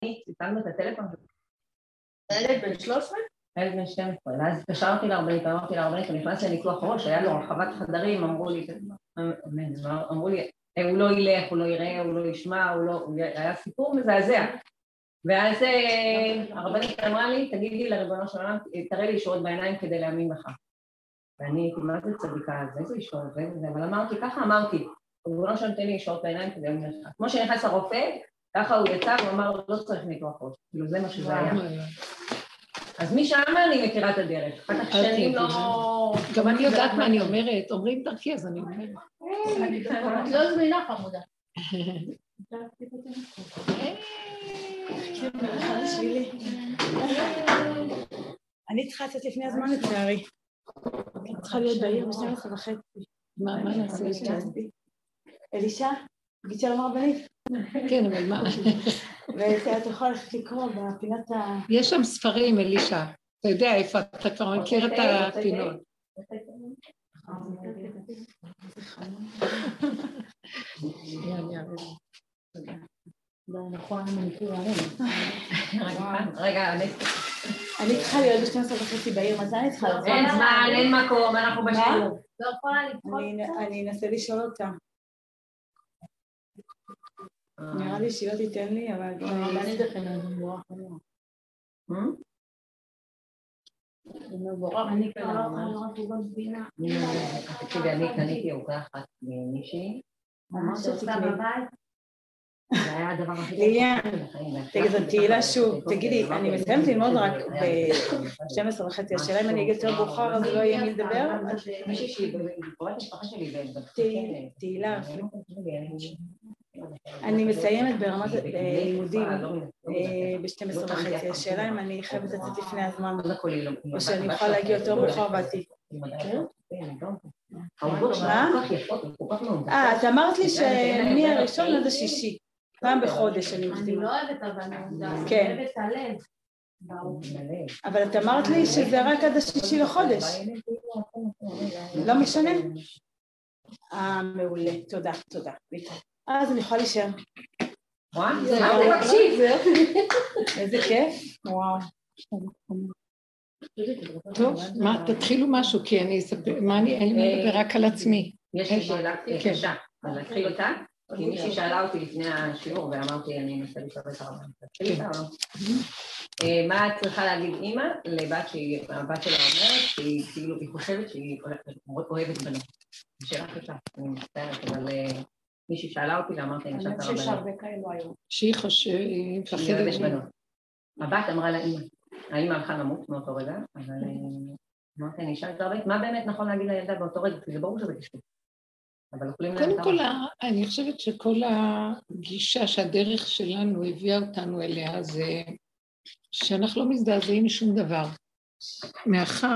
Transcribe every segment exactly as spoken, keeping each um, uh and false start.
ציטלנו את הטלפון. הילד בן שלוש עשרה? הילד בן שתים עשרה, ואז התקשרתי להרבנית, אמרתי להרבנית, הוא נכנס לניתוח ראש, היה לו הרחבת חדרים, אמרו לי, אמרו לי, הוא לא ילך, הוא לא יראה, הוא לא ישמע, הוא היה סיפור מזעזע. ואז הרבנית אמרה לי, תגידי לריבונו של עולם, תראה לי ישועות בעיניים כדי להאמין לך. ואני הייתי, מה זה צדיקה, איזה ישועות, אבל אמרתי, ככה אמרתי, ריבונו של עולם תן לי ישועות בעיניים כדי להאמין לך. כמו שנכנס הרופא, ככה הוא יצא, הוא אמר, לא צריך ניתוח ראש, כאילו זה מה שזה היה. אז מי שאמר אני מכירה את הדרך, אחר כך שנים לא... גם אני יודעת מה אני אומרת, אומרים דרכי אז אני אומרת. את לא זמינה חמודה. אני צריכה לצאת לפני הזמן לצערי. אני צריכה להיות בעיר ב-שתים עשרה וחצי. מה נעשה? אלישה? תגיד שלום הרבנית? כן, אבל מה? ואתה יכול ללכת לקרוא בפינת ה... יש שם ספרים, אלישה. אתה יודע איפה, אתה כבר מכיר את הפינות. רגע, אני צריכה להיות ב-שתים עשרה וחצי בעיר, מתי אני צריכה לצאת? אין זמן, אין מקום, אנחנו בשיעור. אני אנסה לשאול אותה. נראה לי שהיא לא תיתן לי, אבל... אני דרכן, אני מבורך עליה. אני מבורך, אני כבר לא יכולה לראות עוגות בינה. תקשיבי, אני קניתי עוגה אחת ממישהי. מה שעושה בבית? זה היה הדבר הכי... ליליה, תגידי, תהילה שוב, תגידי, אני מסיימת ללמוד רק ב-שתים עשרה וחצי, השאלה אם אני אגיד יותר מאוחר, אז לא יהיה מי לדבר? מישהי שהיא קוראת משפחה שלי תהילה, אני מסיימת ברמת לימודים ב-שתים עשרה וחצי, השאלה אם אני חייבת לצאת לפני הזמן, או שאני יכולה להגיע יותר מאוחר בעתיד. אה, את אמרת לי שמי הראשון עד השישי, פעם בחודש אני מחתימה. אני לא אוהבת אבל אני אוהבת הלב. אבל את אמרת לי שזה רק עד השישי לחודש. לא משנה? אה, מעולה, תודה, תודה. אז אני יכולה להישאר. וואו, זה מקשיב. איזה כיף, וואו. טוב, מה, תתחילו משהו, כי אני אספר, מה אני, אין לי מדבר רק על עצמי. יש לי שאלה קשה, אז להתחיל אותה? כי מישהי שאלה אותי לפני השיעור, ואמרתי, אני אנסה לשאול את הרבה. תתחיל אותה או לא? מה את צריכה להגיד אימא לבת שהיא, הבת שלה אומרת, שהיא כאילו, היא חושבת שהיא אוהבת בנות. שאלה קשה, אני מצטערת, אבל מישהי שאלה אותי ואמרתי, אני שאלת הרבה. אני חושב שהרבה כאלו היום. שהיא חושבת, היא מפחדת בנות. הבת אמרה לאמא. האמא הלכה למות מאותו רגע, אבל אמרתי, אני אשאל את הרבה, מה באמת נכון להגיד לילדה באותו רגע? כי זה ברור שזה קשור. קודם כל, אני חושבת שכל הגישה שהדרך שלנו הביאה אותנו אליה, זה שאנחנו לא מזדעזעים משום דבר. מאחר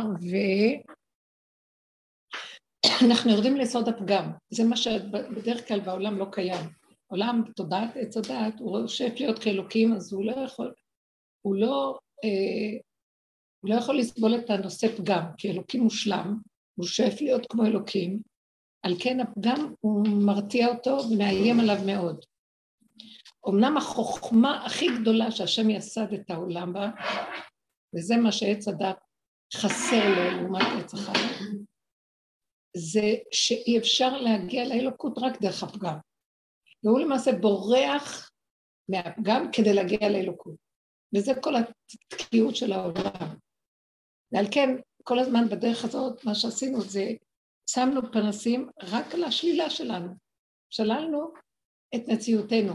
ואנחנו יורדים לסוד הפגם. זה מה שבדרך כלל בעולם לא קיים. עולם תודעת, עץ הדעת, הוא שואף להיות כאלוקים, אז הוא לא יכול, הוא לא... הוא לא יכול לסבול את הנושא פגם, כי אלוקים מושלם, הוא שואף להיות כמו אלוקים, על כן הפגם הוא מרתיע אותו ומאיים עליו מאוד. אמנם החוכמה הכי גדולה שהשם יסד את העולם בה, וזה מה שעץ הדת חסר לו לעומת עץ החיים, זה שאי אפשר להגיע לאלוקות רק דרך הפגם. והוא למעשה בורח מהפגם כדי להגיע לאלוקות. וזה כל התקיעות של העולם. ועל כן, כל הזמן בדרך הזאת, מה שעשינו זה, שמנו פנסים רק על השלילה שלנו. שללנו את מציאותנו.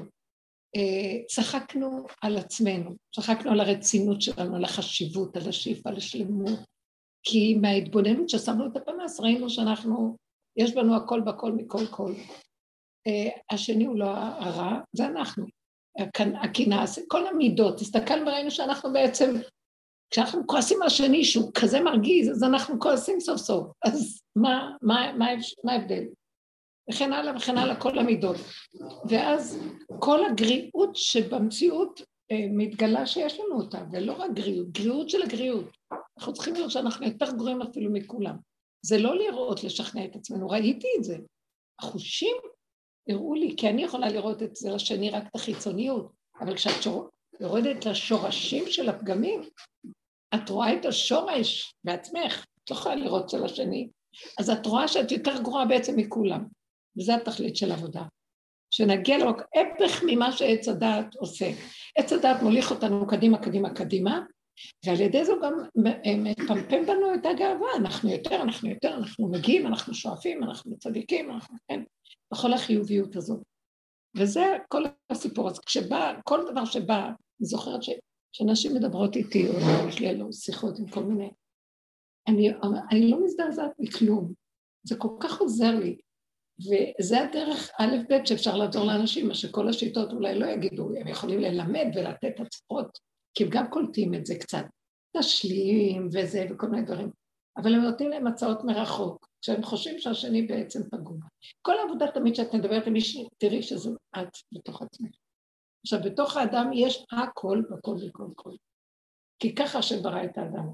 צחקנו על עצמנו, צחקנו על הרצינות שלנו, על החשיבות, על השאיפה, על השלמות. כי מההתבוננות ששמנו את הפנס, ראינו שאנחנו, יש בנו הכל בכל מכל כל. השני הוא לא הרע, זה אנחנו. הכינס, כל המידות, תסתכל וראינו שאנחנו בעצם, כשאנחנו כועסים על השני שהוא כזה מרגיז, אז אנחנו כועסים סוף סוף, אז מה, מה, מה, מה ההבדל? וכן הלאה וכן הלאה כל המידות. ואז כל הגריעות שבמציאות מתגלה שיש לנו אותה, ולא רק גריעות, גריעות של הגריעות. אנחנו צריכים לראות שאנחנו יותר גרועים אפילו מכולם. זה לא לראות לשכנע את עצמנו, ראיתי את זה. החושים הראו לי, כי אני יכולה לראות את זה לשני רק את החיצוניות, אבל כשאת יורדת לשורשים של הפגמים, את רואה את השורש בעצמך, את לא יכולה לראות של השני, אז את רואה שאת יותר גרועה בעצם מכולם, וזה התכלית של עבודה. שנגיע לו הפך ממה שעץ הדעת עושה. עץ הדעת מוליך אותנו קדימה, קדימה, קדימה, ועל ידי זה גם מפמפם בנו את הגאווה, אנחנו יותר, אנחנו יותר, אנחנו מגיעים, אנחנו שואפים, אנחנו צדיקים, אנחנו כן, בכל החיוביות הזאת. וזה כל הסיפור. אז כשבא, כל דבר שבא, אני זוכרת ש, שנשים מדברות איתי, או יש לי אלו שיחות עם כל מיני, אני, אני לא מזדעזעת מכלום, זה כל כך עוזר לי, וזה הדרך א' ב' שאפשר לעזור לאנשים, מה שכל השיטות אולי לא יגידו, הם יכולים ללמד ולתת הצפות, כי הם גם קולטים את זה קצת, תשלים וזה וכל מיני דברים, אבל הם נותנים להם הצעות מרחוק, כשהם חושבים שהשני בעצם פגום. כל העבודה תמיד שאת מדברת עם מישהו, תראי שזה את בתוך עצמך. עכשיו, בתוך האדם יש הכל, הכל וכל כל. כי ככה שברא את האדם.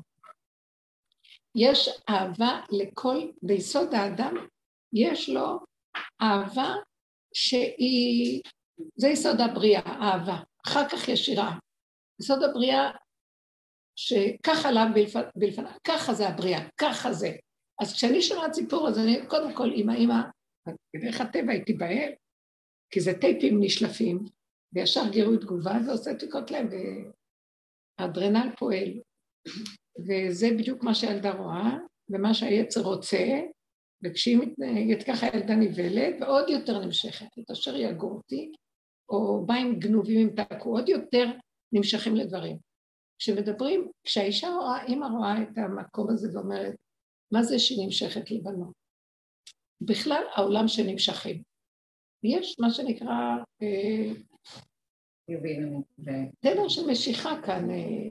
יש אהבה לכל, ביסוד האדם, יש לו אהבה שהיא, זה יסוד הבריאה, אהבה. אחר כך יש יראה. יסוד הבריאה שככה עליו בלפניו, ככה זה הבריאה, ככה זה. אז כשאני שומעת סיפור, אז אני קודם כל, אמא, אמא, ואיך הטבע הייתי בהן, כי זה טייפים נשלפים, וישר גירוי תגובה, ועושה תיקות להם, והאדרנל פועל, וזה בדיוק מה שהילדה רואה, ומה שהיצר רוצה, וכשהיא מתנהגת ככה ילדה נבלת, ועוד יותר נמשכת, את אשר יגור אותי, או מים גנובים עם תעקו, עוד יותר נמשכים לדברים. כשמדברים, כשהאישה רואה, אמא רואה את המקום הזה ואומרת, מה זה שהיא נמשכת לבנות? בכלל העולם שנמשכים. יש מה שנקרא תדר של משיכה כאן,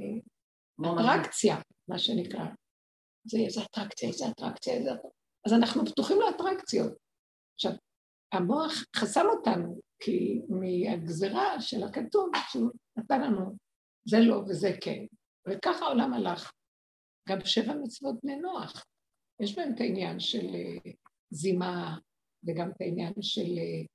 אטרקציה, מה שנקרא. זה איזה אטרקציה, איזה אטרקציה, איזה אטרקציה. אז אנחנו פתוחים לאטרקציות. עכשיו, המוח חסם אותנו, כי מהגזרה של הכתוב, שהוא נתן לנו, זה לא וזה כן. וככה העולם הלך. גם שבע מצוות בני נוח. יש בהם את העניין של זימה, וגם את העניין של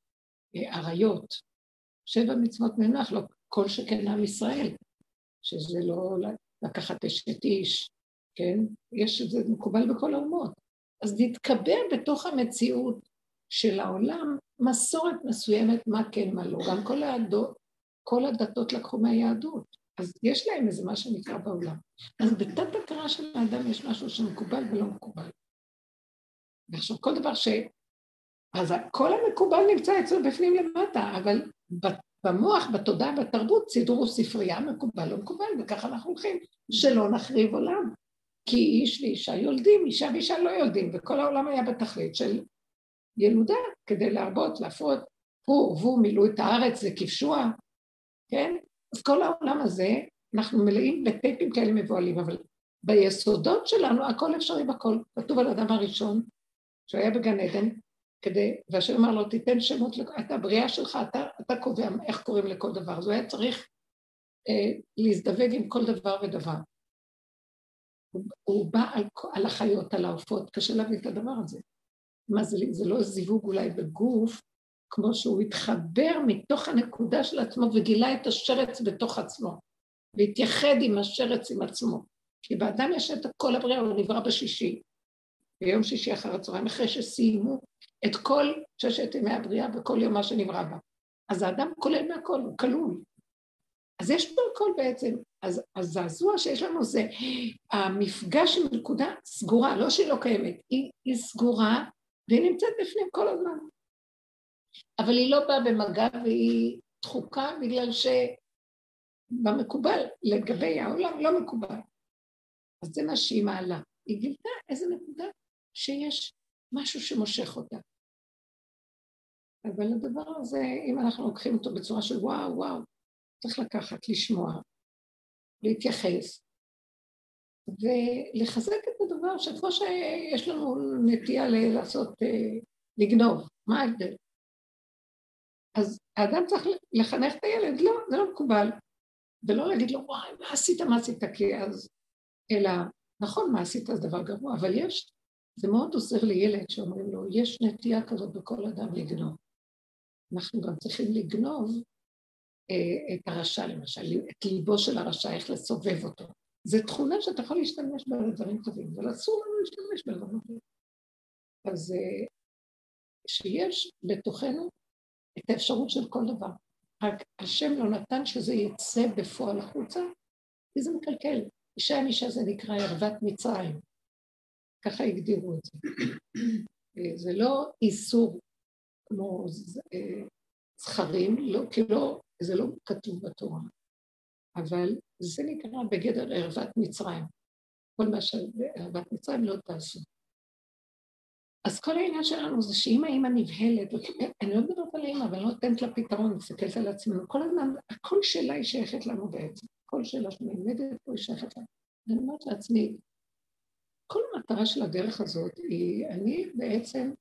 עריות. שבע מצוות בני נוח, לא כל שכן עם ישראל, שזה לא לקחת אשת איש, כן? יש את זה מקובל בכל האומות. אז נתקבע בתוך המציאות של העולם מסורת מסוימת, מה כן, מה לא. גם כל הדתות, כל הדתות לקחו מהיהדות. אז יש להם איזה מה שנקרא בעולם. אז בתת הכרה של האדם יש משהו שמקובל ולא מקובל. ועכשיו כל דבר ש... אז כל המקובל נמצא אצלו בפנים למטה, אבל במוח, בתודעה, בתרבות, סידור ספרייה מקובל לא מקובל, וככה אנחנו הולכים, שלא נחריב עולם. כי איש ואישה יולדים, אישה ואישה לא יולדים, וכל העולם היה בתכלית של ילודה, כדי להרבות, להפרות, הוא והוא מילאו את הארץ, זה כבשוה, כן? אז כל העולם הזה, אנחנו מלאים בטייפים כאלה מבועלים, אבל ביסודות שלנו, הכל אפשרי בכל. כתוב על אדם הראשון, שהוא היה בגן עדן, כדי, והשם אמר לו, תיתן שמות, אתה הבריאה שלך, אתה, אתה קובע איך קוראים לכל דבר. אז הוא היה צריך אה, להזדווג עם כל דבר ודבר. הוא, הוא בא על, על החיות, על העופות, קשה להביא את הדבר הזה. מה זה, זה לא זיווג אולי בגוף, כמו שהוא התחבר מתוך הנקודה של עצמו, וגילה את השרץ בתוך עצמו, והתייחד עם השרץ עם עצמו. כי באדם יש את כל הבריאה, הוא נברא בשישי, ביום שישי אחר הצהריים, אחרי שסיימו את כל ששת ימי הבריאה, וכל יום מה שנברא בה. אז האדם כולל מהכל, הוא כלול. אז יש פה הכל בעצם, אז הזעזוע שיש לנו זה, המפגש עם נקודה סגורה, לא שהיא לא קיימת, היא, היא סגורה, והיא נמצאת בפנים כל הזמן. אבל היא לא באה במגע והיא דחוקה, בגלל שבמקובל, לגבי העולם לא מקובל. אז זה מה שהיא מעלה. היא גילתה איזה נקודה שיש משהו שמושך אותה. אבל הדבר הזה, אם אנחנו לוקחים אותו בצורה של וואו, וואו, צריך לקחת, לשמוע, להתייחס, ולחזק את הדבר שכמו שיש לנו נטייה לעשות, לגנוב, מה ההבדל? אז האדם צריך לחנך את הילד, לא, זה לא מקובל, ולא להגיד לו, וואי, מה עשית, מה עשית, כי אז, אלא, נכון, מה עשית, זה דבר גרוע, אבל יש, זה מאוד עוזר לילד שאומרים לו, יש נטייה כזאת בכל אדם לגנוב. אנחנו גם צריכים לגנוב את הרשע למשל, את ליבו של הרשע, איך לסובב אותו. זו תכונה שאתה יכול להשתמש בה לדברים טובים, אבל אסור לנו להשתמש בה לדברים טובים. אז שיש בתוכנו את האפשרות של כל דבר. רק השם לא נתן שזה יצא בפועל החוצה, כי זה מקלקל. אישה עם אישה זה נקרא ערוות מצרים. ככה הגדירו את זה. זה לא איסור כמו זכרים, לא, כי לא, זה לא כתוב בתורה, אבל זה נקרא בגדר ערוות מצרים. כל מה שערוות מצרים לא תעשו. אז כל העניין שלנו זה שאמא אמא נבהלת, אני לא מדברת על אמא, אבל אני לא נותנת לה פתרון, מסתכלת על עצמנו, כל הזמן, הכל שאלה היא שייכת לנו בעצם, כל שאלה שנלמדת פה היא שייכת לנו. אני אומרת לעצמי, כל המטרה של הדרך הזאת היא, אני בעצם,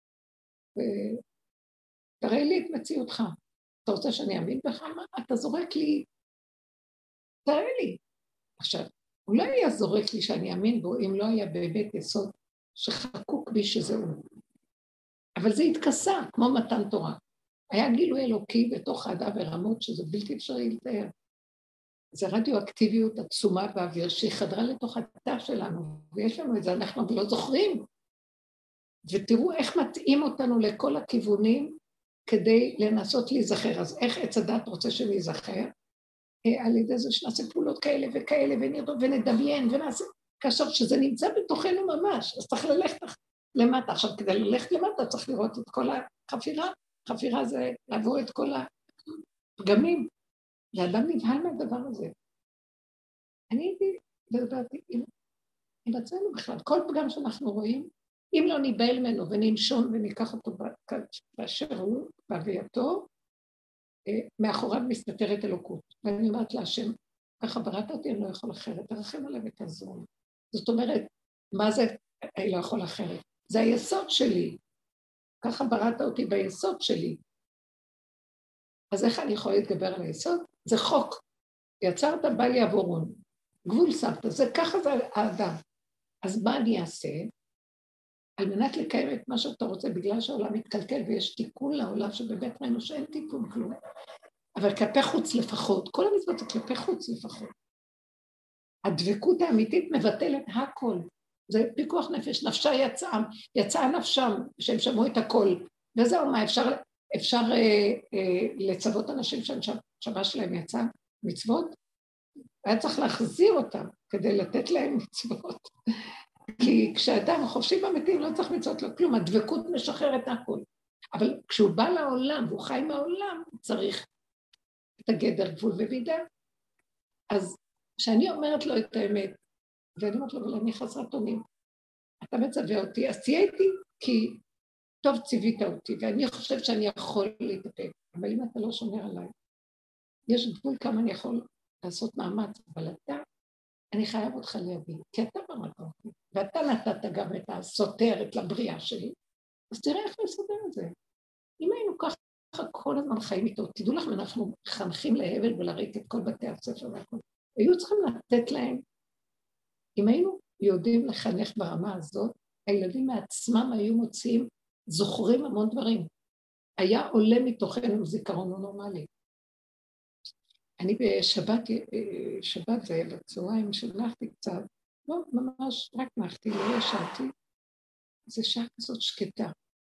תראה לי את מציאותך, אתה רוצה שאני אאמין בך? מה? אתה זורק לי, תראה לי. עכשיו, אולי היה זורק לי שאני אאמין בו, אם לא היה באמת יסוד שחקוק בי שזהו. אבל זה התכסה, כמו מתן תורה. היה גילוי אלוקי בתוך האדם ורמות שזה בלתי אפשרי לתאר. זה רדיואקטיביות עצומה באוויר שהיא חדרה לתוך התא שלנו, ויש לנו את זה, אנחנו לא זוכרים. ותראו איך מתאים אותנו לכל הכיוונים כדי לנסות להיזכר. אז איך עץ הדת רוצה שניזכר? על ידי זה שנעשה פעולות כאלה וכאלה ונרדו ונדמיין ונעשה, כאשר שזה נמצא בתוכנו ממש, אז צריך ללכת למטה. עכשיו כדי ללכת למטה צריך לראות את כל החפירה, חפירה זה לעבור את כל הפגמים, לאדם נבהל מהדבר הזה. אני הייתי לדעתי עם, עם עצמנו בכלל, כל פגם שאנחנו רואים, אם לא ניבהל ממנו וננשון וניקח אותו באשר הוא, בהווייתו, מאחוריו מסתתרת אלוקות. ואני אומרת להשם, ככה בראת אותי, אני לא יכול אחרת, תרחם עליו ותעזור. זאת אומרת, מה זה אני לא יכול אחרת? זה היסוד שלי. ככה בראת אותי ביסוד שלי. אז איך אני יכולה להתגבר על היסוד? זה חוק. יצרת בל יעבורון. גבול שמת, זה ככה זה האדם. אז מה אני אעשה? על מנת לקיים את מה שאתה רוצה, בגלל שהעולם מתקלקל ויש תיקון לעולם שבבית ראינו שאין תיקון כלום. אבל כלפי חוץ לפחות, כל המצוות זה כלפי חוץ לפחות. הדבקות האמיתית מבטלת הכל. זה פיקוח נפש, נפשה יצאה, יצאה נפשם, שהם שמעו את הכל. וזהו, מה אפשר, אפשר אה, אה, לצוות אנשים שהשמה שלהם יצאה מצוות? היה צריך להחזיר אותם כדי לתת להם מצוות. כי כשאדם חופשי במתים לא צריך מצוות לו כלום, הדבקות משחררת הכל. אבל כשהוא בא לעולם והוא חי מהעולם, צריך את הגדר גבול ומידה. אז כשאני אומרת לו את האמת, ואני אומרת לו, אבל אני חסרת אונים, אתה מצווה אותי, אז תהיה איתי, כי טוב ציווית אותי, ואני חושב שאני יכול להתאפק, אבל אם אתה לא שומר עליי, יש גבול כמה אני יכול לעשות מאמץ, אבל אתה, אני חייב אותך לידי, כי אתה בראת אותי, ואתה נתת גם את הסותרת לבריאה שלי, אז תראה איך לסדר את זה. אם היינו ככה כל הזמן חיים איתו, תדעו לכם, אנחנו חנכים להבל ולריק את כל בתי הספר והכל, היו צריכים לתת להם, אם היינו יודעים לחנך ברמה הזאת, הילדים מעצמם היו מוציאים, זוכרים המון דברים, היה עולה מתוכנו זיכרון לא נורמלי. אני בשבת, שבת זה היה בצהריים שנחתי קצת, לא, ממש רק נחתי, לא ישנתי, זה שעה כזאת שקטה.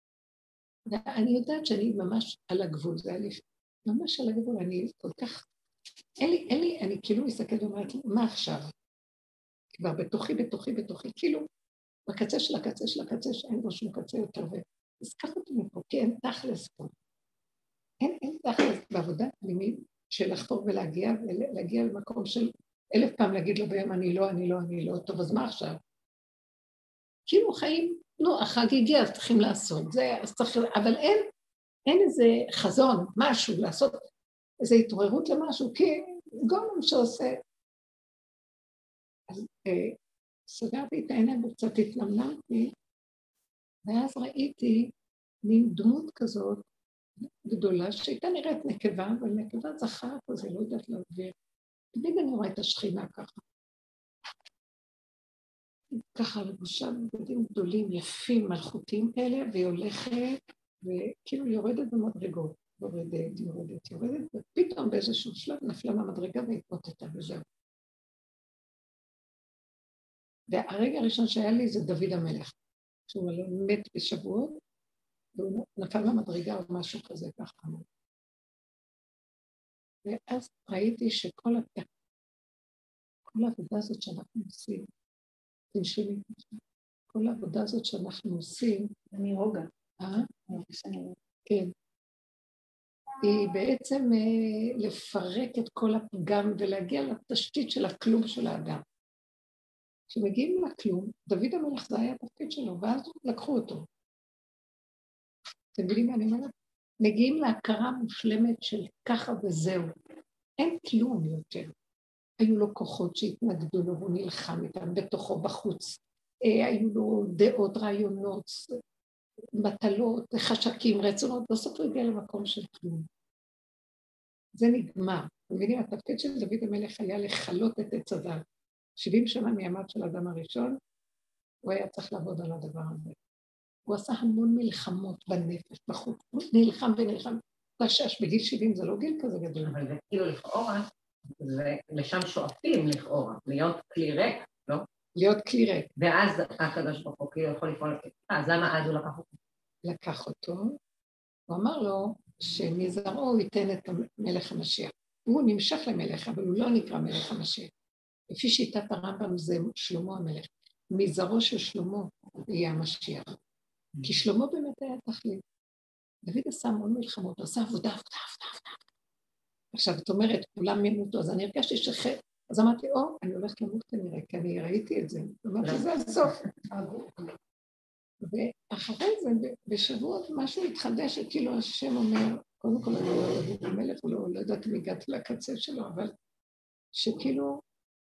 אני יודעת שאני ממש על הגבול, זה היה לי ממש על הגבול, אני כל כך, אין לי, אין לי, אני כאילו מסתכלת ואומרת, מה עכשיו? כבר בתוכי, בתוכי, בתוכי, כאילו, בקצה של הקצה של הקצה, שאין בו שום קצה יותר, אז ככה אותי מפה, כי אין תכלס פה. אין, אין תכלס בעבודה פנימית של לחפור ולהגיע, ולהגיע למקום של אלף פעם להגיד לו ביום, אני לא, אני לא, אני לא, טוב, אז מה עכשיו? כאילו חיים, נו, החג הגיע, אז צריכים לעשות, זה, אז צריך, אבל אין, אין איזה חזון, משהו, לעשות איזו התעוררות למשהו, כי גורם שעושה. אז אה, סגרתי את העיניים וקצת התנמנמתי, ואז ראיתי מין דמות כזאת גדולה, שהייתה נראית נקבה, אבל נקבה זכר כזה, לא יודעת להעביר. תמיד אני רואה את השכינה ככה. ככה לבושה בגדים גדולים, יפים, מלכותיים כאלה, והיא הולכת, וכאילו יורדת במדרגות. יורדת, יורדת, יורדת, ופתאום באיזשהו שלב נפלה מהמדרגה והתמוטטה וזהו. והרגע הראשון שהיה לי זה דוד המלך, שהוא מת בשבועות, והוא נפל מהמדרגה או משהו כזה ככה. ואז ראיתי שכל הפ... כל העבודה הזאת שאנחנו עושים, תנשמי, כל העבודה הזאת שאנחנו עושים, אני רוגע. אה? כן. היא בעצם לפרק את כל הפגם ולהגיע לתשתית של הכלום של האדם. כשמגיעים לכלום, דוד המלך זה היה התפקיד שלו, ואז לקחו אותו. אתם מבינים מה אני אומרת? מגיעים להכרה מושלמת של ככה וזהו. אין כלום יותר. היו לו כוחות שהתנגדו לו, הוא נלחם איתם בתוכו בחוץ. היו לו דעות, רעיונות, מטלות, חשקים, רצונות, בסוף הוא הגיע למקום של כלום. זה נגמר. אתם מבינים, התפקיד של דוד המלך היה לחלות את עץ הדת. שבעים שנה מימיו של האדם הראשון, הוא היה צריך לעבוד על הדבר הזה. הוא עשה המון מלחמות בנפש, בחוץ, הוא נלחם ונלחם. חשש, בגיל שבעים זה לא גיל כזה גדול. אבל זה כאילו לכאורה, ולשם שואפים לכאורה, להיות כלי ריק, לא? להיות כלי ריק. ואז הקדוש ברוך הוא כאילו יכול לפעול, אז למה אז הוא לקח אותו? לקח אותו, הוא אמר לו שמזרעו הוא ייתן את מלך המשיח. הוא נמשך למלך, אבל הוא לא נקרא מלך המשיח. לפי שיטת הרמב"ם זה שלמה המלך. מזרעו של שלמה יהיה המשיח. כי שלמה באמת היה תכלית. דוד עשה המון מלחמות, הוא עשה עבודה, עבודה, עבודה, עבודה. עכשיו, את אומרת, כולם ימותו, אז אני הרגשתי שחד, אז אמרתי, או, אני הולכת למות כנראה, כי אני ראיתי את זה. אמרתי, זה הסוף. ואחרי זה, בשבועות, משהו התחדש, כאילו השם אומר, קודם כל אני לא יודעת המלך, לא יודעת אם הגעתי לקצה שלו, אבל שכאילו,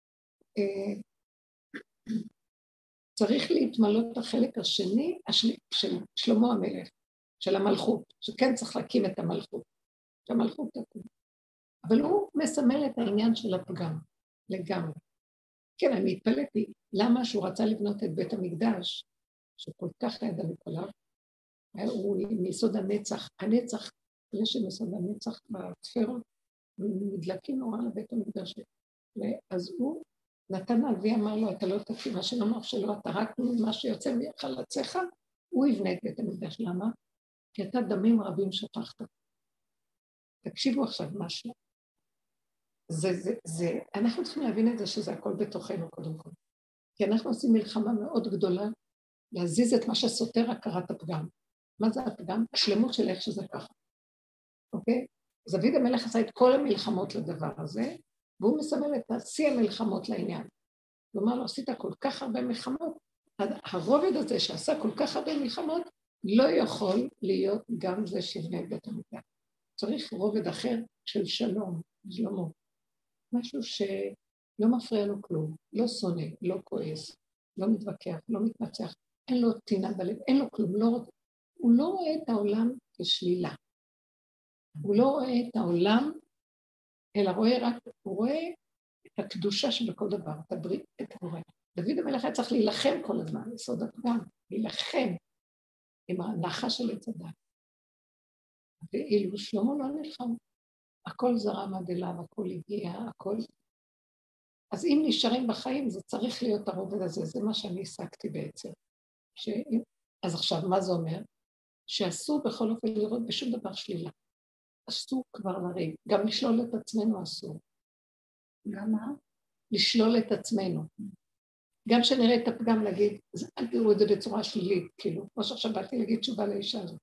צריך להתמלות החלק השני של שלמה המלך, של המלכות, שכן צריך להקים את המלכות, שהמלכות תקום. אבל הוא מסמל את העניין של הפגם, לגמרי. כן, אני התפלאתי, למה שהוא רצה לבנות את בית המקדש, שכל כך ידע לכולם, הוא מיסוד הנצח, הנצח, יש מיסוד הנצח בספירות, מדלקים נורא לבית המקדש. אז הוא נתן הלוי, אמר לו, אתה לא תקים, מה שנאמר שלו, אתה רק מה שיוצא מחלציך, הוא יבנה את בית המקדש. למה? כי אתה דמים רבים שפכת. תקשיבו עכשיו משהו. זה, זה, זה, אנחנו צריכים להבין את זה שזה הכל בתוכנו קודם כל. כי אנחנו עושים מלחמה מאוד גדולה, להזיז את מה שסותר הכרת הפגם. מה זה הפגם? השלמות של איך שזה ככה. אוקיי? אז דוד המלך עשה את כל המלחמות לדבר הזה, והוא מסמל את שיא המלחמות לעניין. כלומר, לו, עשית כל כך הרבה מלחמות, הרובד הזה שעשה כל כך הרבה מלחמות, לא יכול להיות גם זה שיבנה את בית המקדש. צריך רובד אחר של שלום, שלמה. משהו שלא מפריע לו כלום, לא שונא, לא כועס, לא מתווכח, לא מתנצח, אין לו טינה בלב, אין לו כלום, לא, הוא לא רואה את העולם כשלילה. הוא לא רואה את העולם, אלא רואה רק, הוא רואה את הקדושה שבכל דבר, את הברית, את הבורא. דוד המלך היה צריך להילחם כל הזמן, יסוד הפגם, להילחם עם הנחש של עץ הדת. ואילו שלמה לא נלחם, הכל זרם עד אליו, הכל הגיע, הכל... אז אם נשארים בחיים, זה צריך להיות הרובד הזה, זה מה שאני עסקתי בעצם. ש... אז עכשיו, מה זה אומר? שאסור בכל אופן לראות בשום דבר שלילה. אסור כבר לריב, גם לשלול את עצמנו אסור. גם מה? לשלול את עצמנו. גם שנראה את הפגם להגיד, אל תראו את זה בצורה שלילית, כאילו, כמו שעכשיו באתי להגיד תשובה לאישה הזאת.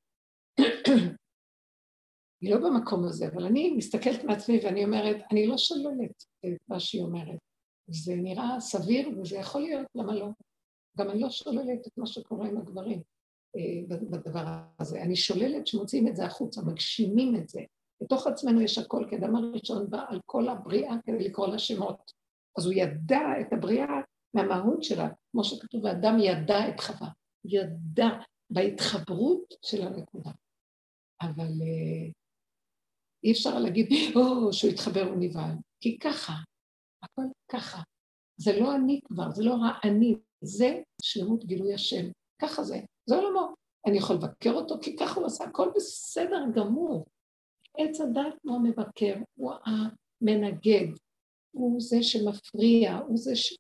היא לא במקום הזה, אבל אני מסתכלת מעצמי ואני אומרת, אני לא שוללת את מה שהיא אומרת. זה נראה סביר וזה יכול להיות, למה לא? גם אני לא שוללת את מה שקורה עם הגברים בדבר הזה. אני שוללת שמוצאים את זה החוצה, מגשימים את זה. בתוך עצמנו יש הכל, כי אדם הראשון בא על כל הבריאה כדי לקרוא לה שמות. אז הוא ידע את הבריאה מהמהות שלה, כמו שכתוב, האדם ידע את חווה. ידע בהתחברות של הנקודה. אבל אי אפשר להגיד, או, שהוא יתחבר הוא נבהל. כי ככה, הכל ככה. זה לא אני כבר, זה לא אני, זה שלמות גילוי השם. ככה זה, זה עולמו. אני יכול לבקר אותו, כי ככה הוא עשה, הכל בסדר גמור. עץ הדת הוא המבקר, הוא המנגד, הוא זה שמפריע, הוא זה ש...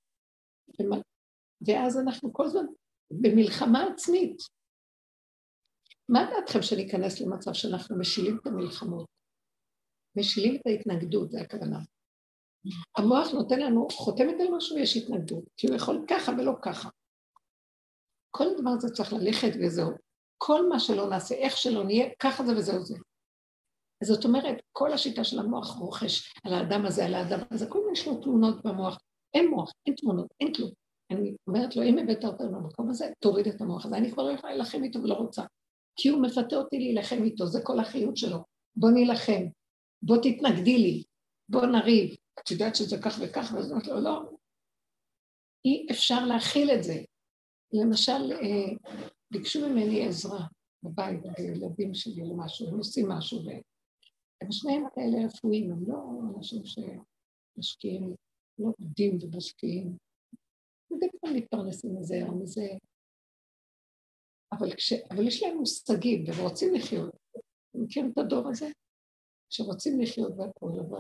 ואז אנחנו כל הזמן במלחמה עצמית. מה דעתכם שניכנס למצב שאנחנו משילים את המלחמות? משילים את ההתנגדות, זה הכוונה. המוח נותן לנו, חותמת על משהו, יש התנגדות, כי הוא יכול ככה ולא ככה. כל הדבר הזה צריך ללכת וזהו. כל מה שלא נעשה, איך שלא נהיה, ככה זה וזהו זה. אז זאת אומרת, כל השיטה של המוח רוכש על האדם הזה, על האדם הזה, כל מיני יש לו תמונות במוח. אין מוח, אין תמונות, אין כלום. אני אומרת לו, אם הבאת אותנו למקום הזה, תוריד את המוח הזה. אני כבר לא יכולה להילחם איתו ולא רוצה. כי הוא מפתה אותי להילחם איתו, זה כל החיות שלו. בוא נילחם, בוא תתנגדי לי, בוא נריב. את יודעת שזה כך וכך, ואז אומרת לו, לא. אי אפשר להכיל את זה. למשל, ביקשו ממני עזרה בבית, בילדים שלי למשהו, הם עושים משהו, והם שניהם כאלה רפואיים, הם לא אנשים שמשקיעים, לא עובדים ומשקיעים, וגם הם מתפרנסים מזה או מזה, אבל, כש, אבל יש להם מושגים, והם רוצים לחיות, הם מכירים את הדור הזה, שרוצים לחיות והכל, אבל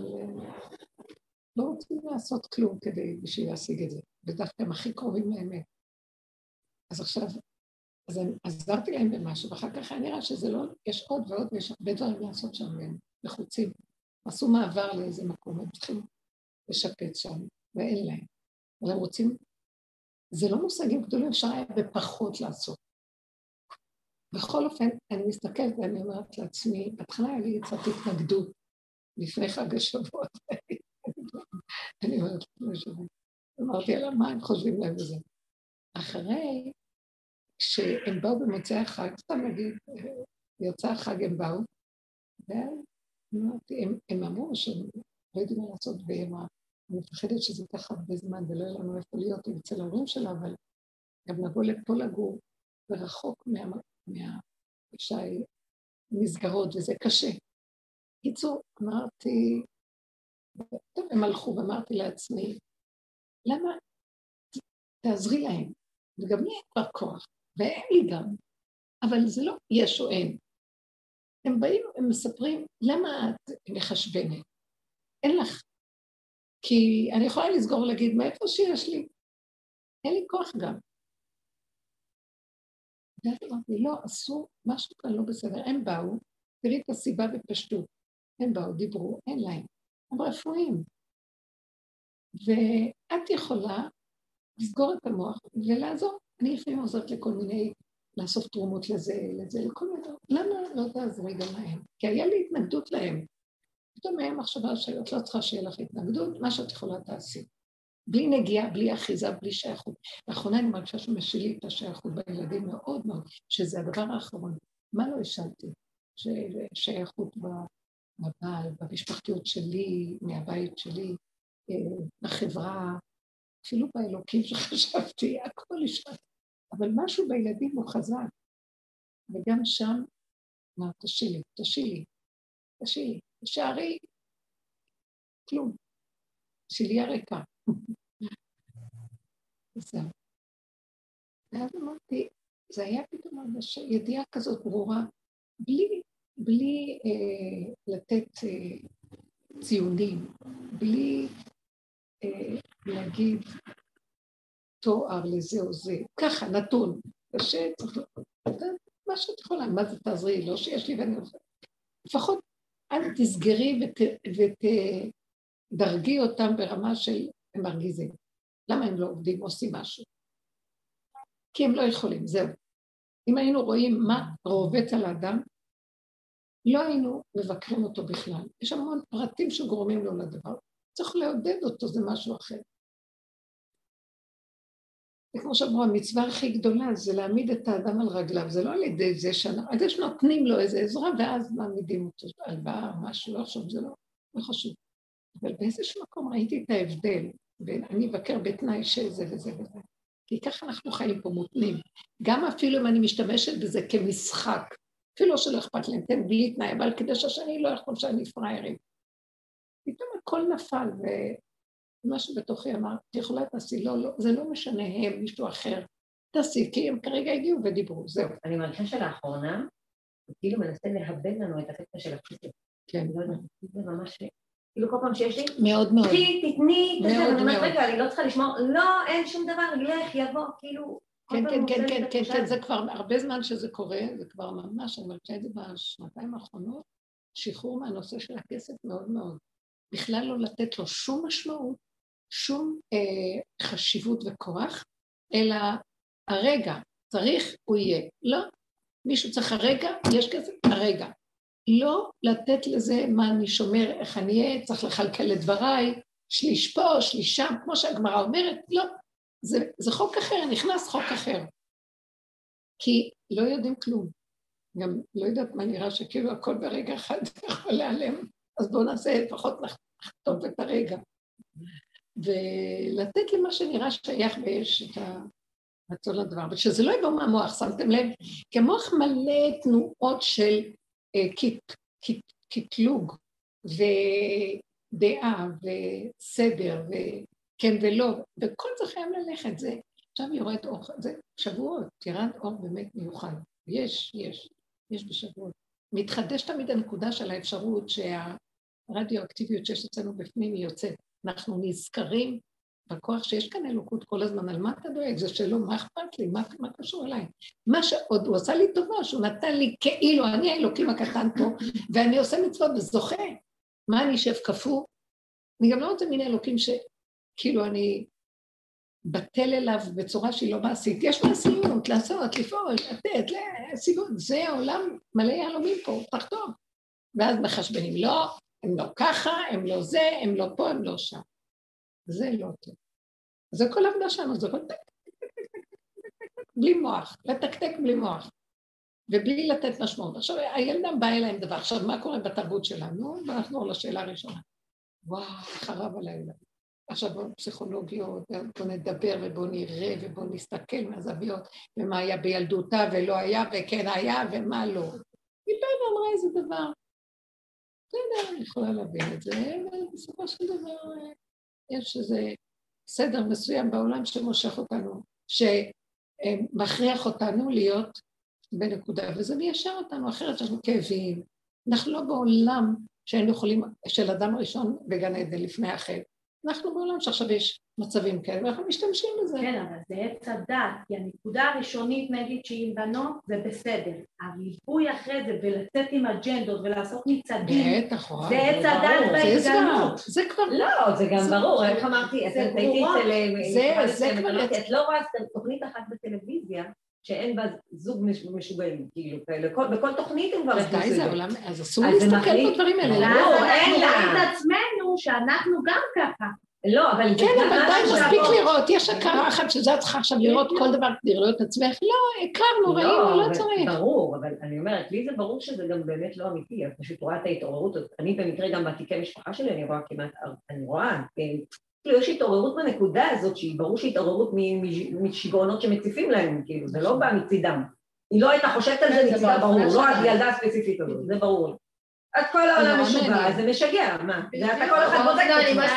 לא רוצים לעשות כלום כדי בשביל להשיג את זה, ודווקא הם הכי קרובים לאמת. אז עכשיו, אז אני עזרתי להם במשהו, ואחר כך אני נראה שזה לא, יש עוד ועוד, ויש הרבה דברים לעשות שם, והם לחוצים. עשו מעבר לאיזה מקום, הם צריכים לשפץ שם, ואין להם. אבל הם רוצים, זה לא מושגים גדולים, אפשר היה בפחות לעשות. בכל אופן, אני מסתכלת ואני אומרת לעצמי, בהתחלה היה לי קצת התנגדות, לפני חג השבועות, אני אומרת לפני שבועות, אמרתי עליו, מה הם חושבים להם בזה? אחרי, כשהם באו במוצאי החג, סתם נגיד, יוצא החג הם באו, ואז הם, הם אמרו שהם לא יודעים מה לעשות, והם אני מפחדת שזה ככה הרבה זמן, ולא יהיה לנו איפה להיות אצל ההורים שלה, אבל גם לבוא לפה לגור, ורחוק מהמסגרות, וזה קשה. קיצור, אמרתי, טוב, הם הלכו, ואמרתי לעצמי, למה תעזרי להם? וגם לי אין כבר כוח, ואין לי גם, אבל זה לא יש או אין. הם באים, הם מספרים, למה את מחשבנת? אין לך. כי אני יכולה לסגור ולהגיד, מאיפה שיש לי? אין לי כוח גם. ואז אמרתי, לא, עשו משהו כאן לא בסדר. הם באו, תראי את הסיבה בפשטות. הם באו, דיברו, אין להם. הם רפואים. ואת יכולה לסגור את המוח ולעזור. אני לפעמים עוזרת לכל מיני, לאסוף תרומות לזה, לזה, לכל מיני. למה לא תעזרי גם להם? כי היה לי התנגדות להם. פתאום היה מחשבה שאת לא צריכה שיהיה לך התנגדות, מה שאת יכולה תעשי. בלי נגיעה, בלי אחיזה, בלי שייכות. לאחרונה אני מרגישה שמשילי את השייכות בילדים מאוד מאוד, שזה הדבר האחרון. מה לא השלתי? שייכות בבעל, במשפחתיות שלי, מהבית שלי, בחברה, אפילו באלוקים שחשבתי, הכל השלתי. אבל משהו בילדים הוא חזק. וגם שם, מה, תשילי, תשילי, תשילי, תשארי, כלום. שליה ריקה. זהו. ואז אמרתי, זה היה פתאום ידיעה כזאת ברורה, בלי, בלי אה, לתת אה, ציונים, בלי אה, להגיד תואר לזה או זה, ככה, נתון, קשה, צריך לדעת מה שאת יכולה, מה זה תעזרי, לא שיש לי ואני עושה. לפחות אל תסגרי ות, ותדרגי אותם ברמה של הם מרגיזים. למה הם לא עובדים, עושים משהו? כי הם לא יכולים, זהו. אם היינו רואים מה רובץ על האדם, לא היינו מבקרים אותו בכלל. יש המון פרטים שגורמים לו לדבר. צריך לעודד אותו, זה משהו אחר. וכמו שאמרו, המצווה הכי גדולה זה להעמיד את האדם על רגליו. זה לא על ידי זה שאנחנו, עד יש נותנים לו איזה עזרה, ואז מעמידים אותו על באה, משהו, לא עכשיו, זה לא, לא חשוב. אבל באיזשהו מקום ראיתי את ההבדל, ואני אבקר בתנאי שזה וזה וזה. כי ככה אנחנו חיים פה מותנים. גם אפילו אם אני משתמשת בזה כמשחק, אפילו שלא אכפת להם, תן בלי תנאי, אבל כדי שאני לא יכול שאני פריירים. פתאום הכל נפל, ומשהו בתוכי אמר, את יכולה תעשי, לא, לא, זה לא משנה הם, מישהו אחר. תעשי, כי הם כרגע הגיעו ודיברו, זהו. אני מרגישה שלאחרונה, הוא כאילו מנסה להבן לנו את הקטע של הפסיכי. כן. זה ממש, כאילו כל פעם שיש לי, מאוד מאוד. תחי, תתני, תזה, מאוד ואני אומרת, מאוד. רגע, אני לא צריכה לשמור, לא, אין שום דבר, ילך, יבוא, כאילו, כל כן, פעם כן, הוא כן, עושה לי כן, את כן, התחושה כן, הזאת. זה כבר הרבה זמן שזה קורה, זה כבר ממש, אני מרגישה את זה בשנתיים האחרונות, שחרור מהנושא של הכסף מאוד מאוד. בכלל לא לתת לו שום משמעות, שום אה, חשיבות וכוח, אלא הרגע, צריך, הוא יהיה. לא, מישהו צריך הרגע, יש כסף, הרגע. לא לתת לזה מה אני שומר, איך אני אהיה, צריך לחלקל את דבריי, שליש פה, שליש שם, כמו שהגמרא אומרת, לא. זה, זה חוק אחר, נכנס חוק אחר. כי לא יודעים כלום. גם לא יודעת מה נראה שכאילו הכל ברגע אחד יכול להיעלם, אז בואו נעשה, לפחות נחטוב את הרגע. ולתת למה שנראה שייך ויש את הרצון לדבר, אבל שזה לא יבוא מהמוח, שמתם לב? כי המוח מלא תנועות של קטלוג ודעה וסדר וכן ולא, וכל זה חייב ללכת, זה עכשיו יורד אור, זה שבועות, ירד אור באמת מיוחד, יש, יש, יש בשבועות. מתחדש תמיד הנקודה של האפשרות שהרדיואקטיביות שיש אצלנו בפנים היא יוצאת, אנחנו נזכרים בכוח שיש כאן אלוקות כל הזמן, על מה אתה דואג? זה שלא, מה אכפת לי? מה, מה קשור אליי? מה שעוד, הוא עשה לי טובה, שהוא נתן לי כאילו, אני האלוקים הקטן פה, ואני עושה מצוות וזוכה. מה אני אשב כפו? אני גם לא רוצה מין אלוקים שכאילו אני בטל אליו בצורה שהיא לא מעשית. יש מעשיות, לעשות, לפעול, לתת, לסיבות. זה העולם מלא יהלומים פה, תחתום. ואז מחשבנים, לא, הם לא ככה, הם לא זה, הם לא פה, הם לא שם. זה לא טוב. זה כל העבודה שלנו, זה כל בלי מוח, לתקתק בלי מוח, ובלי לתת משמעות. עכשיו, הילדה באה אליהם דבר. עכשיו, מה קורה בתרבות שלנו? ואנחנו לשאלה הראשונה. וואו, חרב על הילדה. עכשיו, פסיכולוגיות, בואו נדבר ובואו נראה ובואו נסתכל מהזוויות, ומה היה בילדותה ולא היה וכן היה ומה לא. היא באה ואמרה איזה דבר. בסדר, אני יכולה להבין את זה, ובסופו של דבר יש איזה סדר מסוים בעולם שמושך אותנו, שמכריח אותנו להיות בנקודה, וזה מיישר אותנו, אחרת שאנחנו כאבים. אנחנו לא בעולם שהיינו יכולים, של אדם ראשון בגן עדן לפני החטא. אנחנו בעולם שעכשיו יש מצבים כאלה, ואנחנו משתמשים בזה. כן, אבל זה עץ הדת, כי הנקודה הראשונית נגיד שהיא עם בנות, זה בסדר. הריבוי אחרי זה, ולצאת עם אג'נדות ולעשות מצעדים, זה עץ הדת בהתגלות. זה כבר... לא, זה גם ברור, איך אמרתי, זה גרורות. זה כבר... את לא רואה תוכנית אחת בטלוויזיה, שאין בה זוג משוגעים, כאילו, בכל תוכנית הם כבר... ודאי זה העולם, אז אסור להסתכל בדברים האלה. לא, אין לה את עצמנו שאנחנו גם ככה. לא, אבל... כן, אבל די מספיק לראות, יש הכרה אחת שזה את צריכה עכשיו לראות כל דבר כדי לראות את עצמך, לא, הכרנו, ראינו, לא צריך. ברור, אבל אני אומרת, לי זה ברור שזה גם באמת לא אמיתי, את פשוט רואה את ההתעוררות, אני במקרה גם בתיקי משפחה שלי, אני רואה כמעט, אני רואה, כאילו יש התעוררות בנקודה הזאת, שהיא ברור שהתעוררות משגעונות שמציפים להם, כאילו, זה לא בא מצידם. היא לא הייתה חושבת על זה מצידה, ברור, לא על ילדה הספציפית הזאת, זה ברור. אז כל העולם משוגע, זה משגע, מה? זה אתה כל אחד בודק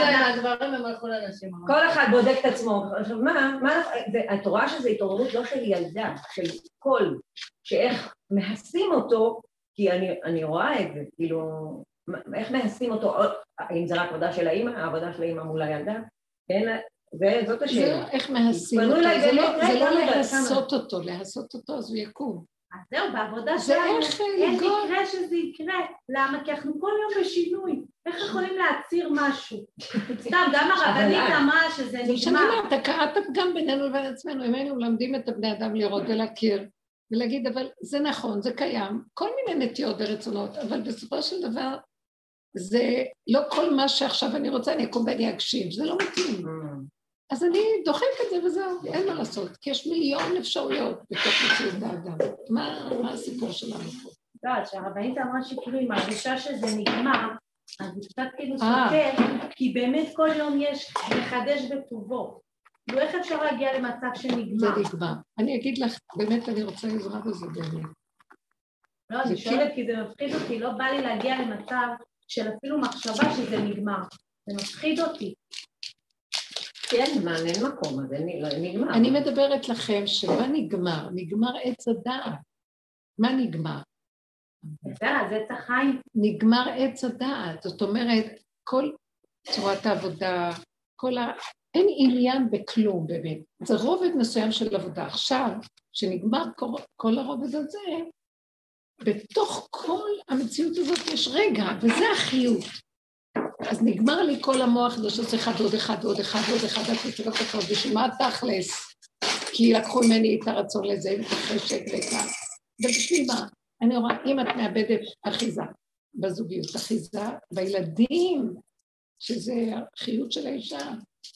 את עצמו. כל אחד בודק את עצמו. עכשיו, מה? את רואה שזו התעוררות לא של ילדה, של קול, שאיך מהסים אותו, כי אני רואה את זה, כאילו, איך מהסים אותו, האם זה רק עבודה של האמא, העבודה של האמא מול הילדה? כן, זאת השאלה. זה לא איך מהסים אותו, זה לא להסות אותו, להסות אותו, אז הוא יקום. אז זהו, בעבודה שלנו, איך יקרה שזה יקרה? למה? כי אנחנו כל יום בשינוי. איך יכולים להציר משהו? סתם, גם הרבנית אמרה שזה נגמר. שאני אומרת, הכרת גם בינינו לבין עצמנו, אם היינו מלמדים את הבני אדם לראות ולהכיר, ולהגיד, אבל זה נכון, זה קיים, כל מיני נטיות ורצונות, אבל בסופו של דבר, זה לא כל מה שעכשיו אני רוצה, אני אקום ואני אגשים, זה לא מתאים. אז אני דוחק את זה וזהו, אין מה לעשות, כי יש מיליון אפשרויות בתוך מציאות באדם. מה, מה הסיפור שלנו פה? לא, שהרבנית אמרה שכאילו היא מרגישה שזה נגמר, אז היא קצת כאילו סופר, כי באמת כל יום יש מחדש בטובו. לא איך אפשר להגיע למצב שנגמר. זה נגמר. אני אגיד לך, באמת אני רוצה עזרה בזה באמת. לא, אני שואלת כי זה מפחיד אותי, לא בא לי להגיע למצב של אפילו מחשבה שזה נגמר. זה מפחיד אותי. כן, מה, אין מקום, אז נגמר. אני מדברת לכם שמה נגמר? נגמר עץ הדעת. מה נגמר? בסדר, זה צחיים. נגמר עץ הדעת, זאת אומרת, כל צורת העבודה, כל ה... אין עניין בכלום באמת, זה רובד מסוים של עבודה. עכשיו, שנגמר כל הרובד הזה, בתוך כל המציאות הזאת יש רגע, וזה החיות. אז נגמר לי כל המוח הזה שעושה אחד עוד אחד עוד אחד עוד אחד עוד אחד עוד אחד, בשביל מה תכלס? כי לקחו ממני את הרצון לזה, את החשק וכאן. ובשביל מה? אני רואה, אם את מאבדת אחיזה בזוגיות, אחיזה בילדים, שזה החיות של האישה,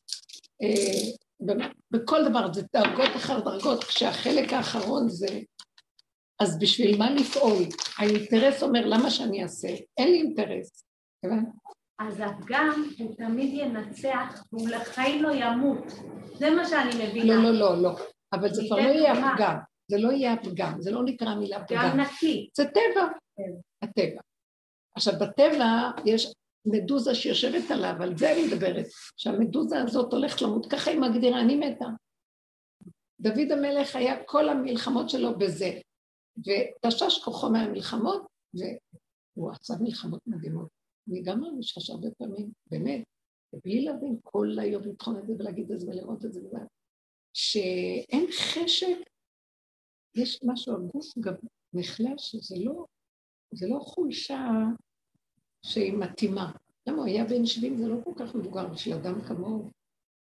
בכל דבר, זה דרגות אחר דרגות, כשהחלק האחרון זה, אז בשביל מה לפעול? האינטרס אומר, למה שאני אעשה? אין לי אינטרס. אז הפגם הוא תמיד ינצח, והוא לחיים לא ימות. זה מה שאני מבינה. לא, לא, לא, לא. אבל זה כבר לא יהיה הפגם. זה לא יהיה הפגם, זה לא נקרא מילה פגם. גם נקי. זה טבע. הטבע. עכשיו, בטבע יש מדוזה שיושבת עליו, על זה אני מדברת, שהמדוזה הזאת הולכת למות, ככה היא מגדירה, אני מתה. דוד המלך היה כל המלחמות שלו בזה, ותשש כוחו מהמלחמות, והוא עשה מלחמות מדהימות. אני גם מרגישה שהרבה פעמים, באמת, בלי להבין כל היום לתחון את זה ולהגיד את זה ולראות את זה וזה, שאין חשק, יש משהו, הגוף גם נחלש, שזה לא, זה לא חולשה שהיא מתאימה. למה הוא היה בן שבעים, זה לא כל כך מבוגר בשביל אדם כמוהו.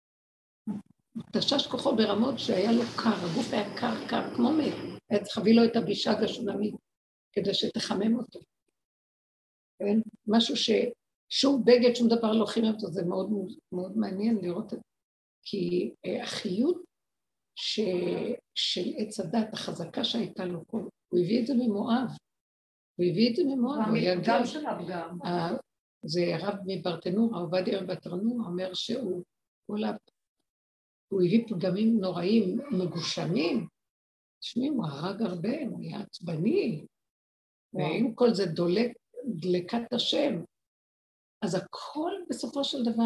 תשש כוחו ברמות שהיה לו קר, הגוף היה קר, קר, כמו מת. היה צריך להביא לו את הבישג השונמית, כדי שתחמם אותו. כן? משהו ששום בגד, שום דבר לא חימם אותו, זה מאוד, מאוד מעניין לראות את זה. כי החיות ש... של עץ הדת, החזקה שהייתה לו כל, הוא הביא את זה ממואב. הוא הביא את זה ממואב. גם של הפגם. זה הרב מברטנורה, עובדיה מברטנורה, אומר שהוא כל ה... הוא הביא פגמים נוראים, מגושמים. תשמעים, הוא הרג הרבה, הוא היה עצבני. ואם כל זה דולק, דלקת השם, אז הכל בסופו של דבר,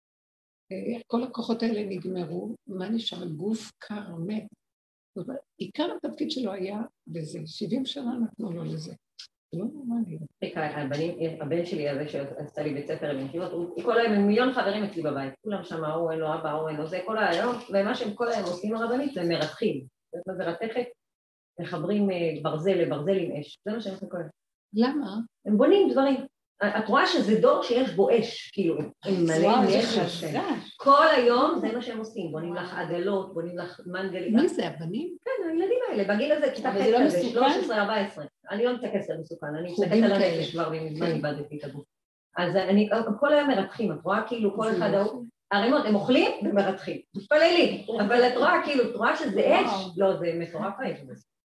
כל הכוחות האלה נגמרו, מה נשאר? גוף קר, מת. עיקר התפקיד שלו היה בזה, שבעים שנה נתנו לו לזה. לא נורמלי. הבן שלי הזה שעשתה לי בית ספר עם ישיבות, הוא כל היום מיליון חברים אצלי בבית, כולם שם, הוא אין לו אבא, הוא אין לו זה, כל היום, ומה שהם כל היום עושים הרבנית זה מרתחים. זאת אומרת, מרתחת, מחברים ברזל לברזל עם אש, זה מה שהם עושים כל היום. למה? הם בונים דברים. את רואה שזה דור שיש בו אש, כאילו, עם מלא נפש. כל היום זה מה שהם עושים, בונים לך עגלות, בונים לך מנגלים. מי זה, הבנים? כן, הילדים האלה, בגיל הזה, כיתה ח' כזה, שלוש עשרה ארבע עשרה. אני לא מתעקסת על מסוכן, אני מתעקסת על הנפש כבר, ומזמן איבדתי את הגוף. אז אני, כל היום מרתחים, את רואה כאילו כל אחד ההוא, הרימות, הם אוכלים ומרתחים, מתפללים, אבל את רואה כאילו, את רואה שזה אש, לא, זה מטורף האש.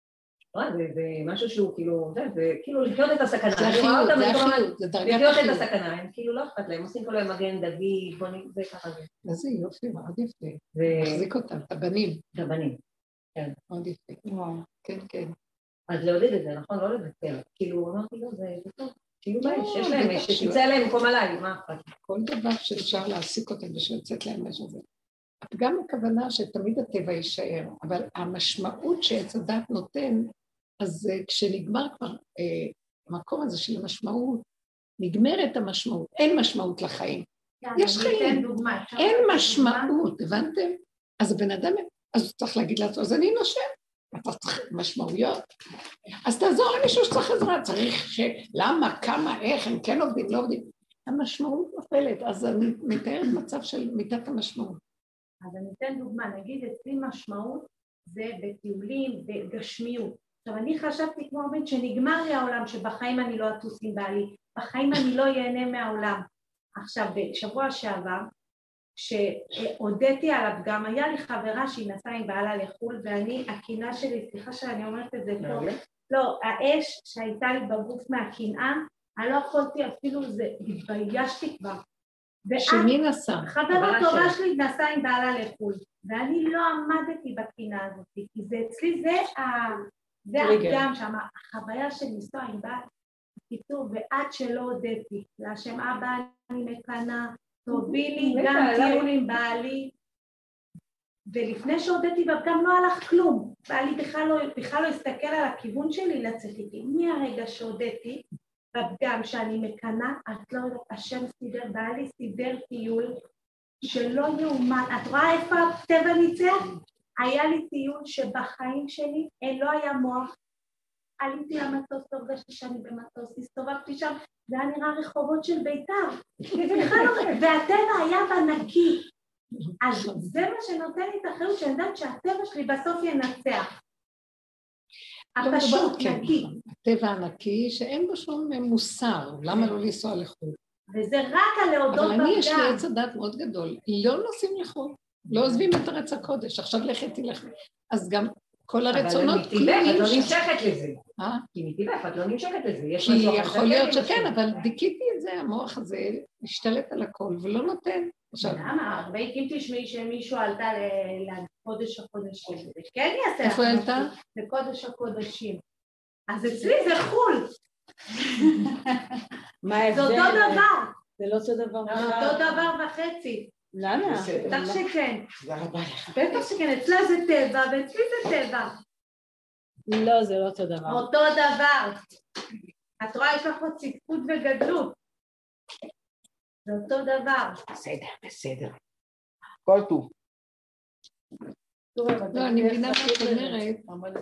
זה משהו שהוא כאילו, זה כאילו לחיות את הסכנה. זה החיות, זה החיות, זה דרגת החיות. לחיות את הסכנה, הם כאילו לא אכפת להם, עושים כל היום מגן דוד, בונים, זה ככה זה. איזה יופי, מאוד יפה. מחזיק אותם, את הבנים. את הבנים, כן. מאוד יפה. כן, כן. אז לעודד את זה, נכון? לא לוותר. כאילו, אמרתי לו, זה טוב. כאילו באש, יש להם אש, שתצא להם מקום עליי, מה אכפת? כל דבר שאפשר להעסיק אותם ושיוצאת להם משהו זה. גם הכוונה שתמיד הטבע יישאר, אבל המשמעות שעץ הדת נותן, אז כשנגמר כבר אה, המקום הזה של המשמעות, נגמרת המשמעות, אין משמעות לחיים. יש חיים, אין משמעות, הבנתם? אז הבן אדם, אז הוא צריך להגיד לעצמו, אז אני נושם, אתה צריך משמעויות. אז תעזור למישהו שצריך עזרה, צריך ש... למה, כמה, איך, הם כן עובדים, לא עובדים. המשמעות נופלת, אז אני מתארת מצב של מידת המשמעות. אז אני אתן דוגמה, נגיד אצלי משמעות זה בטיולים, בגשמיות. עכשיו, אני חשבתי כמו הרבה שנגמר לי העולם, שבחיים אני לא אטוס עם בעלי, בחיים אני לא ייהנה מהעולם. עכשיו, בשבוע שעבר, כשהודיתי עליו, גם היה לי חברה שהיא נסעה עם בעלה לחול, ואני, הקינה שלי, סליחה שאני אומרת את זה פה, לא, האש שהייתה לי בגוף מהקנאה, אני לא יכולתי אפילו זה, התביישתי כבר. שמי נסע? חברה טובה שלי נסעה עם בעלה לחול, ואני לא עמדתי בקינה הזאת, כי זה אצלי, זה ה... זה גם שם, החוויה של לנסוע עם בעל, קיצור, ועד שלא הודיתי, להשם אבא אני מקנה, תובילי גם טיול עם בעלי, ולפני שהודיתי בפגם לא הלך כלום, בעלי בכלל לא, בכלל לא הסתכל על הכיוון שלי לצאת איתי. מהרגע שהודיתי בפגם שאני מקנה, את לא יודעת, השם סידר, בעלי סידר טיול שלא יאומן. את רואה איפה הטבע ניצח? היה לי טיול שבחיים שלי אין, לא היה מוח. עליתי למטוס, הרגשתי שאני במטוס, הסתובבתי שם, זה היה נראה רחובות של ביתר. והטבע היה בנקי. אז זה מה שנותן לי את האחריות, שאני יודעת שהטבע שלי בסוף ינצח. הפשוט נקי. הטבע הנקי שאין בו שום מוסר, למה לא לנסוע לחו"ל? וזה רק על להודות בפגם. אבל אני יש לי עץ הדת מאוד גדול, לא נוסעים לחו"ל, לא עוזבים את ארץ הקודש, עכשיו לכת תלך. אז גם כל הרצונות... אבל מטבעך את לא נמשכת לזה. כי מטבעך את לא נמשכת לזה. כי יכול להיות שכן, אבל דיכיתי את זה, המוח הזה משתלט על הכל ולא נותן. למה? הרבה אם תשמעי שמישהו עלתה לקודש הקודשים, זה כן יעשה... איפה עלתה? לקודש הקודשים. אז אצלי זה חול. מה ההבדל? זה אותו דבר. זה לא אותו דבר. זה אותו דבר וחצי. למה? בטח שכן. תודה רבה לך. בטח שכן, אצלה זה טבע ואצלי זה טבע. לא, זה לא אותו דבר. אותו דבר. את רואה, יש לך פה צדקות וגדלות. זה אותו דבר. בסדר, בסדר. כל טוב. לא, אני מבינה מה את אומרת.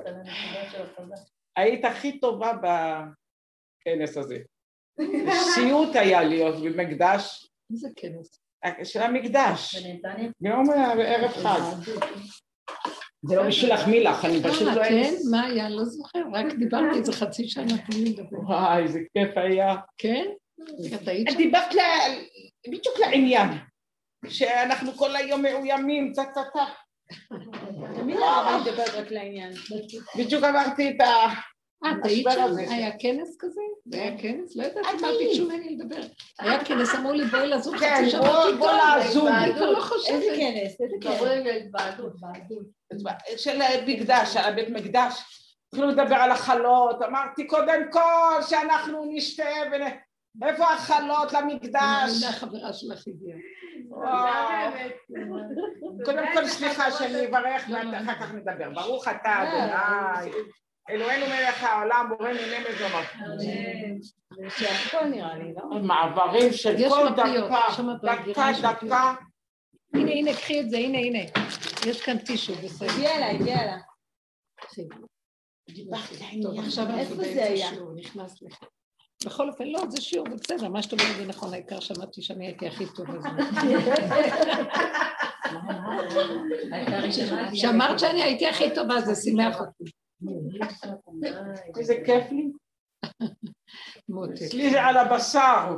היית הכי טובה בכנס הזה. סיוט היה להיות במקדש. איזה כנס? של המקדש. ביום ערב חג. זה לא בשביל להחמיא לך, אני פשוט לא... כן? מה היה? לא זוכר, רק דיברתי איזה חצי שנה, תמיד לדבר. וואי, איזה כיף היה. כן? את היית שם? דיברת בדיוק לעניין, שאנחנו כל היום מאוימים, צה צה צה. תמיד אני מדברת רק לעניין. בדיוק אמרתי את ה... אה, את היית שם? היה כנס כזה? זה היה כנס? לא יודעת מה ביקשו ממני לדבר. היה כנס, אמרו לי בואי לזום חצי שנה. כן, בוא לעזום. אני כבר לא חושבת. איזה כנס? איזה כנס? של מקדש, על הבית מקדש. התחילו לדבר על החלות, אמרתי קודם כל שאנחנו נשתה ונ... איפה החלות למקדש? זה החברה שלך הגיעה. קודם כל סליחה שאני אברך ואחר כך נדבר. ברוך אתה אדוני. אלוהינו מלך העולם, בורא מיני מזונות. שהכל נראה לי, לא? מעברים של כל דקה, דקה, דקה. הנה, הנה, קחי את זה, הנה, הנה. יש כאן טישו, בסדר. הגיע לה, הגיע לה. טוב, עכשיו אנחנו באמצע שיעור, נכנס לך. בכל אופן, לא, זה שיעור, בסדר, מה שאת אומרת זה נכון, העיקר שמעתי שאני הייתי הכי טוב הזמן. שאמרת שאני הייתי הכי טובה, זה שימח אותי. איזה כיף לי. מותק. אצלי זה על הבשר.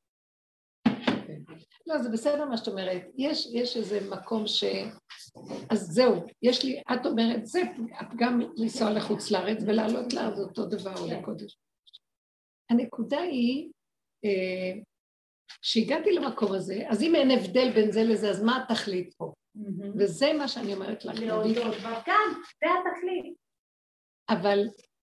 לא, זה בסדר מה שאת אומרת. יש, יש איזה מקום ש... אז זהו, יש לי, את אומרת, זה גם לנסוע לחוץ לארץ ולעלות לארץ אותו דבר או לקודש. הנקודה היא, אה, שהגעתי למקום הזה, אז אם אין הבדל בין זה לזה, אז מה התכלית פה? וזה מה שאני אומרת לך. להודות בפגם, זה התכלית. אבל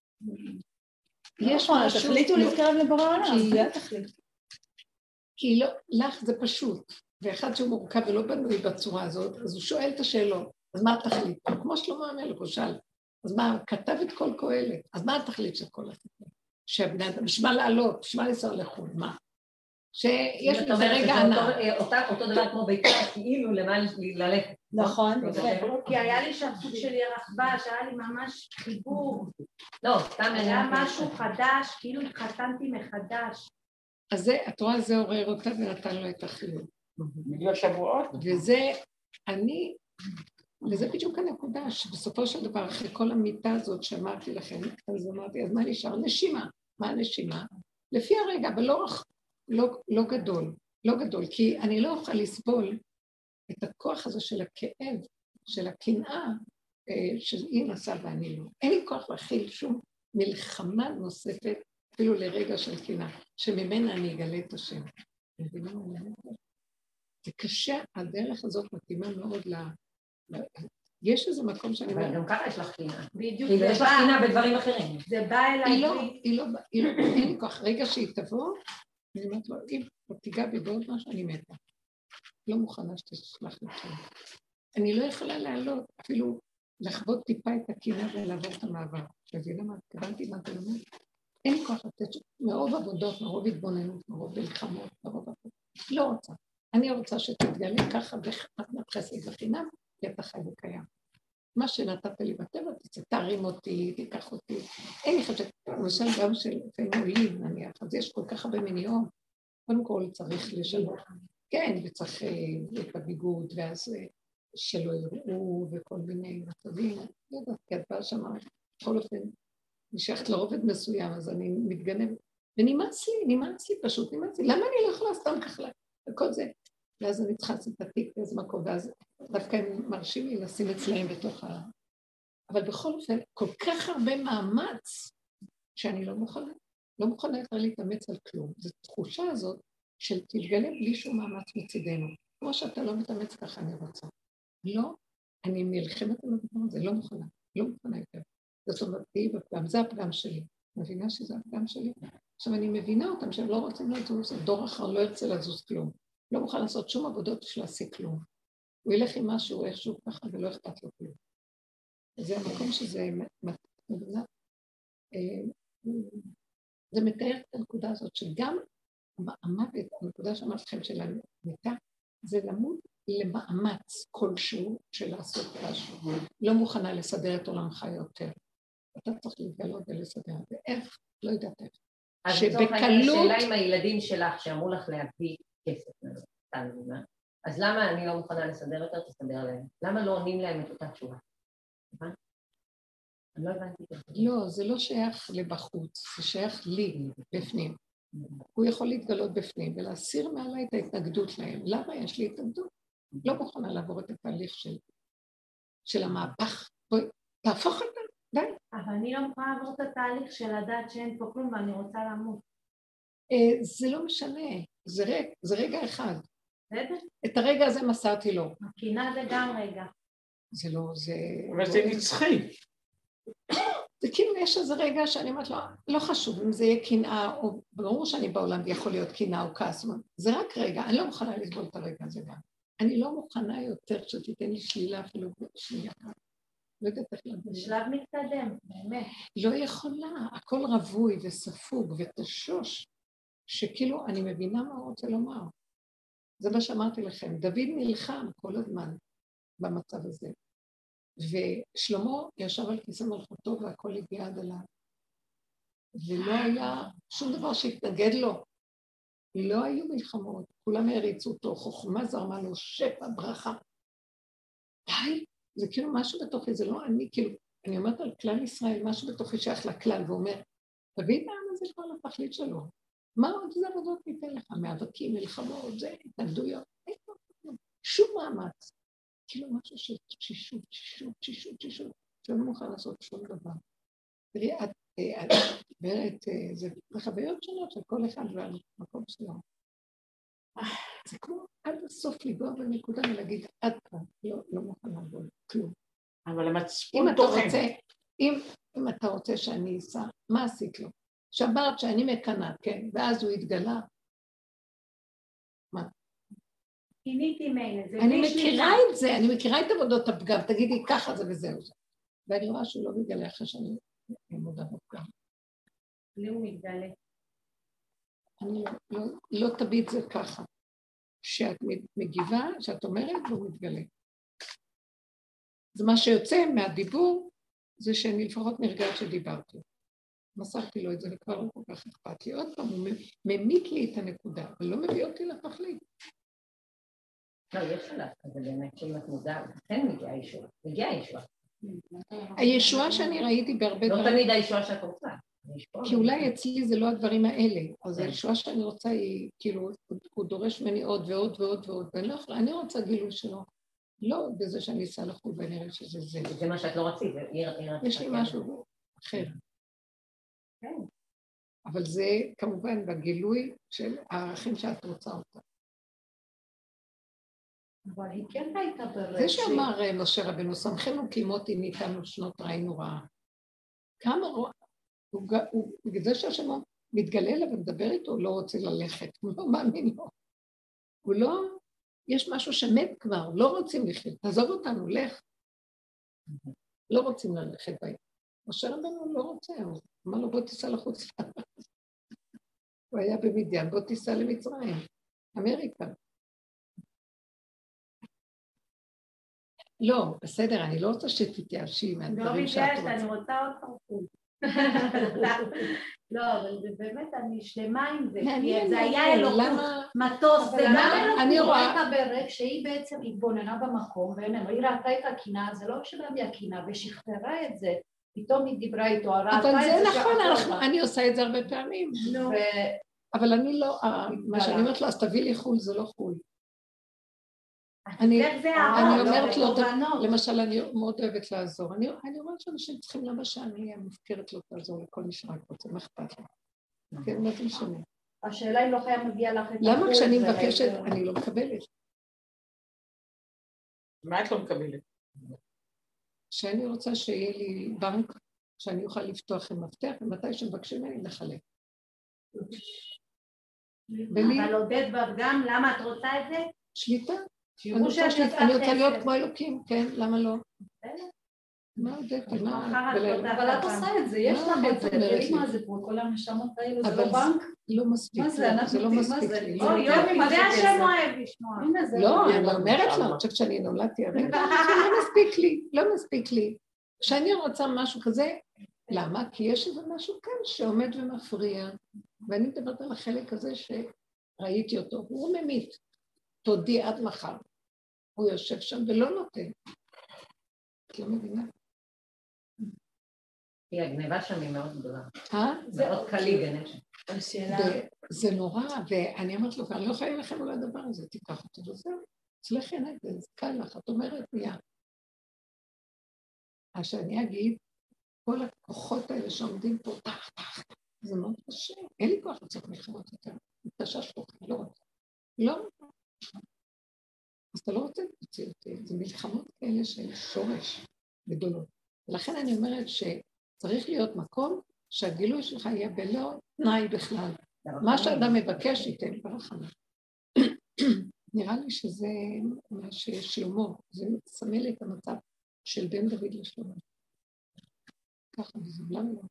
יש משהו... התכלית הוא להתקרב לבורא העולם, זה התכלית. כי לא, לך זה פשוט, ואחד שהוא מורכב ולא בנוי בצורה הזאת, אז הוא שואל את השאלות, אז מה התכלית? כמו שלמה המלך, הוא שאל, אז מה, הוא כתב את כל קהלת, אז מה התכלית של כל התכלית? שהבני אדם, בשביל לעלות, בשביל לנסוע לחו"ל, מה? שיש לזה רגע ענה. אותו דבר כמו ביתר, כאילו למה ללכת. נכון, כי היה לי שם סוג של ירח בש, היה לי ממש חיבור. לא, סתם היה משהו חדש, כאילו התחתנתי מחדש. אז זה, את רואה, זה עורר אותה ונתן לו את החיות. בגלל שבועות? וזה, אני, וזה בדיוק הנקודה, שבסופו של דבר, אחרי כל המיטה הזאת שאמרתי לכם, אז אמרתי, אז מה נשאר? נשימה. מה הנשימה? לפי הרגע, אבל לא, לא, לא גדול, לא גדול, כי אני לא אוכל לסבול את הכוח הזה של הכאב, של הקנאה, של היא נסעה ואני לא. אין לי כוח להכיל שום מלחמה נוספת, אפילו לרגע של קנאה, שממנה אני אגלה את השם. זה קשה, הדרך הזאת מתאימה מאוד ל... יש איזה מקום שאני... אבל גם ככה יש לך קנאה. בדיוק. יש לך קנאה בדברים אחרים. זה בא אליי. היא לא, היא לא, אין לי כוח. רגע שהיא תבוא, אני אומרת לו, אם תיגע בי בעוד משהו, אני מתה. לא מוכנה שתשלח לכם. אני לא יכולה לעלות, אפילו לחוות טיפה את הקינה ולעבור את המעבר. מבינה מה? התכוונתי מה אתה אומר? אין לי כוח לתת מרוב עבודות, מרוב התבוננות, מרוב מלחמות, מרוב עבודות. לא רוצה. אני רוצה שתתגלה ככה בחסד חסד בחינם, כי אתה חי וקיים. מה שנתת לי בטבע, תרים אותי, תיקח אותי. אין לי חשבת, למשל גם של לפעמים עולים, נניח, אז יש כל כך הרבה מיניון, קודם כל צריך לשנות. כן, וצריך את הביגוד, ואז שלא יראו, וכל מיני מצבים. לא יודעת, כי את באה שם, בכל אופן, נשארת לרובד מסוים, אז אני מתגנבת. ונמאס לי, נמאס לי פשוט, נמאס לי. למה אני לא יכולה סתם ככה לכל זה? ואז אני צריכה לעשות את התיק באיזה מקום, ואז דווקא הם מרשים לי לשים אצלהם בתוך ה... אבל בכל אופן, כל כך הרבה מאמץ שאני לא מוכנה, לא מוכנה יותר להתאמץ על כלום. זו תחושה הזאת של תתגלה בלי שום מאמץ מצידנו. כמו שאתה לא מתאמץ ככה אני רוצה. לא, אני נלחמת על הדבר הזה, לא מוכנה, לא מוכנה יותר. זאת אומרת, תהי בפגם, זה הפגם שלי. מבינה שזה הפגם שלי? עכשיו אני מבינה אותם שהם לא רוצים לזוז, דור אחר לא ירצה לזוז כלום. לא מוכן לעשות שום עבודות בשביל להשיג כלום. הוא ילך עם משהו איכשהו ככה ולא אכפת לו כלום. זה המקום שזה מבינה. זה מתאר את הנקודה הזאת שגם המוות, הנקודה שאמרת לכם של המיטה, זה למות למאמץ כלשהו של לעשות משהו. לא מוכנה לסדר את עולמך יותר. אתה צריך להתגלות ולסדר. ואיך? לא יודעת איך. אז בצורך העניין השאלה עם הילדים שלך שאמרו לך להביא כסף, אז למה אני לא מוכנה לסדר יותר, תסדר להם? למה לא עונים להם את אותה תשובה? אני לא הבנתי. לא, זה לא שייך לבחוץ, זה שייך לי בפנים. הוא יכול להתגלות בפנים ולהסיר מעלי את ההתנגדות להם. למה יש לי התנגדות? לא מוכנה לעבור את התהליך של, של המהפך. בואי, תהפוך אותה, די. אבל אני לא מוכנה לעבור את התהליך של לדעת שאין פה כלום ואני רוצה למות. זה לא משנה, זה רגע, זה רגע אחד. בסדר? את הרגע הזה מסרתי לו. הקינה זה גם רגע. זה לא, זה... אבל זה נצחי. זה כאילו יש איזה רגע שאני אומרת לו, לא חשוב אם זה יהיה קנאה, או ברור שאני בעולם יכול להיות קנאה או כעס, זה רק רגע, אני לא מוכנה לסבול את הרגע הזה גם. אני לא מוכנה יותר שתיתן לי שלילה אפילו שנייה. לא יודעת איך לדבר. בשלב מתקדם, באמת. לא יכולה, הכל רווי וספוג ותשוש, שכאילו אני מבינה מה הוא רוצה לומר. זה מה שאמרתי לכם, דוד נלחם כל הזמן במצב הזה. ושלמה ישב על כיסא מלכותו והכל הגיע עד עליו. ולא היה שום דבר שהתנגד לו. לא היו מלחמות, כולם הריצו אותו, חוכמה זרמה לו, שפע, ברכה. די, זה כאילו משהו בתוכי, זה לא אני, כאילו, אני אומרת על כלל ישראל, משהו בתוכי שייך לכלל, ואומר, תביא את העם הזה כבר לתכלית שלו. מה עוד זה עבודות ניתן לך? מאבקים, מלחמות, זה, התנגדויות, שום מאמץ. כאילו משהו של תשישות, תשישות, תשישות, תשישות, שלא מוכן לעשות שום דבר. תראי, את אומרת, זה חוויות שונות של כל אחד והמקום שלו. זה כמו עד הסוף לגוע בנקודה ולהגיד, עד כאן, לא מוכן לעבוד, כלום. אבל המצפון תוכן. אם אתה רוצה שאני אסע, מה עשית לו? שברת שאני מקנה, כן, ואז הוא התגלה. מה? קיניתי מילא, זה אני מכירה את זה, אני מכירה את עבודות הפגם, תגידי ככה זה וזהו זה. ואני רואה שהוא לא מתגלה אחרי שאני מודה בפגם. לי הוא מתגלה. אני לא, לא תמיד זה ככה. שאת מגיבה, שאת אומרת, והוא מתגלה. זה מה שיוצא מהדיבור, זה שאני לפחות נרגעת שדיברתי. מסרתי לו את זה וכבר לא כל כך אכפת לי. עוד פעם, הוא ממית לי את הנקודה, ולא מביא אותי לתכלית. לא, יש שלך, אז זה באמת שאם את מודעת, כן מגיעה ישועה, מגיעה ישועה. הישועה שאני ראיתי בהרבה דברים... לא תמיד הישועה שאת רוצה. כי אולי אצלי זה לא הדברים האלה, אז הישועה שאני רוצה היא, כאילו, הוא דורש ממני עוד ועוד ועוד ועוד, ואני לא יכולה, אני רוצה גילוי שלו, לא בזה שאני אסע לחול ונראה שזה זה. זה מה שאת לא רצית, יש לי משהו אחר. אבל זה כמובן בגילוי של הערכים שאת רוצה אותה. אבל היא כן הייתה ברשת. זה שאמר משה רבנו, שמחנו כי מותי ניתנו שנות ראינו רעה. כמה רוע, בגלל שהשם מתגלה אליו ומדבר איתו, הוא לא רוצה ללכת, הוא לא מאמין לו. הוא לא, יש משהו שמת כבר, לא רוצים לחיות, תעזוב אותנו, לך. לא רוצים ללכת בהם. משה רבנו לא רוצה, הוא אמר לו בוא תיסע לחוץ. הוא היה במדיין, בוא תיסע למצרים, אמריקה. לא, בסדר, אני לא רוצה שתתייאשי מהדברים שאת רוצה. לא מתייאשת, אני רוצה עוד פרפום. לא, אבל זה באמת, אני שלמה עם זה, כי זה היה אלוקות, מטוס, זה גם אלוקות. אני רואה... הייתה ברק שהיא בעצם התבוננה במקום, והיא ראתה את הקינה, זה לא שלה מהקינה, ושכתרה את זה, פתאום היא דיברה איתו, אבל זה נכון, אני עושה את זה הרבה פעמים. אבל אני לא, מה שאני אומרת לו, אז תביא לי חול, זה לא חול. אני אומרת לו, למשל, אני מאוד אוהבת לעזור. אני אומרת שאנשים צריכים למה שאני אהיה מופקרת לא תעזור לכל מי שרק רוצה, מה אכפת לי? כן, מה זה משנה? השאלה אם לא חייב מגיע לך את החול. למה כשאני מבקשת, אני לא מקבלת? מה את לא מקבלת? שאני רוצה שיהיה לי בנק, שאני אוכל לפתוח עם מפתח, ומתי שמבקשים ממני לחלק. אבל עודד בפגם, למה את רוצה את זה? שליטה. אני רוצה להיות כמו אלוקים, כן, למה לא? מה עודד? אבל את עושה את זה, יש לך את זה, תראי מה זה פה, כל המשמות האלה, זה לא בנק? לא מספיק, זה לא מספיק לי. זה השם אוהב לשמוע. לא, אני אומרת לו, אני חושבת שאני נולדתי הרגע, לא מספיק לי, לא מספיק לי. כשאני רוצה משהו כזה, למה? כי יש איזה משהו כאן שעומד ומפריע, ואני מדברת על החלק הזה שראיתי אותו, הוא ממית, תודי עד מחר. הוא יושב שם ולא נותן. את לא מבינה? היא הגניבה שם היא מאוד גדולה. אה? זה מאוד קלי גנב שם. זה נורא, ואני אמרת לו, אני לא יכולה לכם על הדבר הזה, תיקח אותו וזהו. אצלך אין את זה, זה קל לך, את אומרת מיד. אז שאני אגיד, כל הכוחות האלה שעומדים פה, תח, תח, זה מאוד קשה. אין לי כוח לצאת מלחמות יותר. מתקשה שלוחה, לא רוצה. לא רוצה. אז אתה לא רוצה להוציא אותי. זה מלחמות כאלה של שורש גדולות. ולכן אני אומרת שצריך להיות מקום שהגילוי שלך יהיה בלא תנאי בכלל. מה שאדם מבקש ייתן ברחמה. נראה לי שזה מה ששלמה, זה מסמל את המצב של בן דוד לשלמה. ככה, וזה למה לא?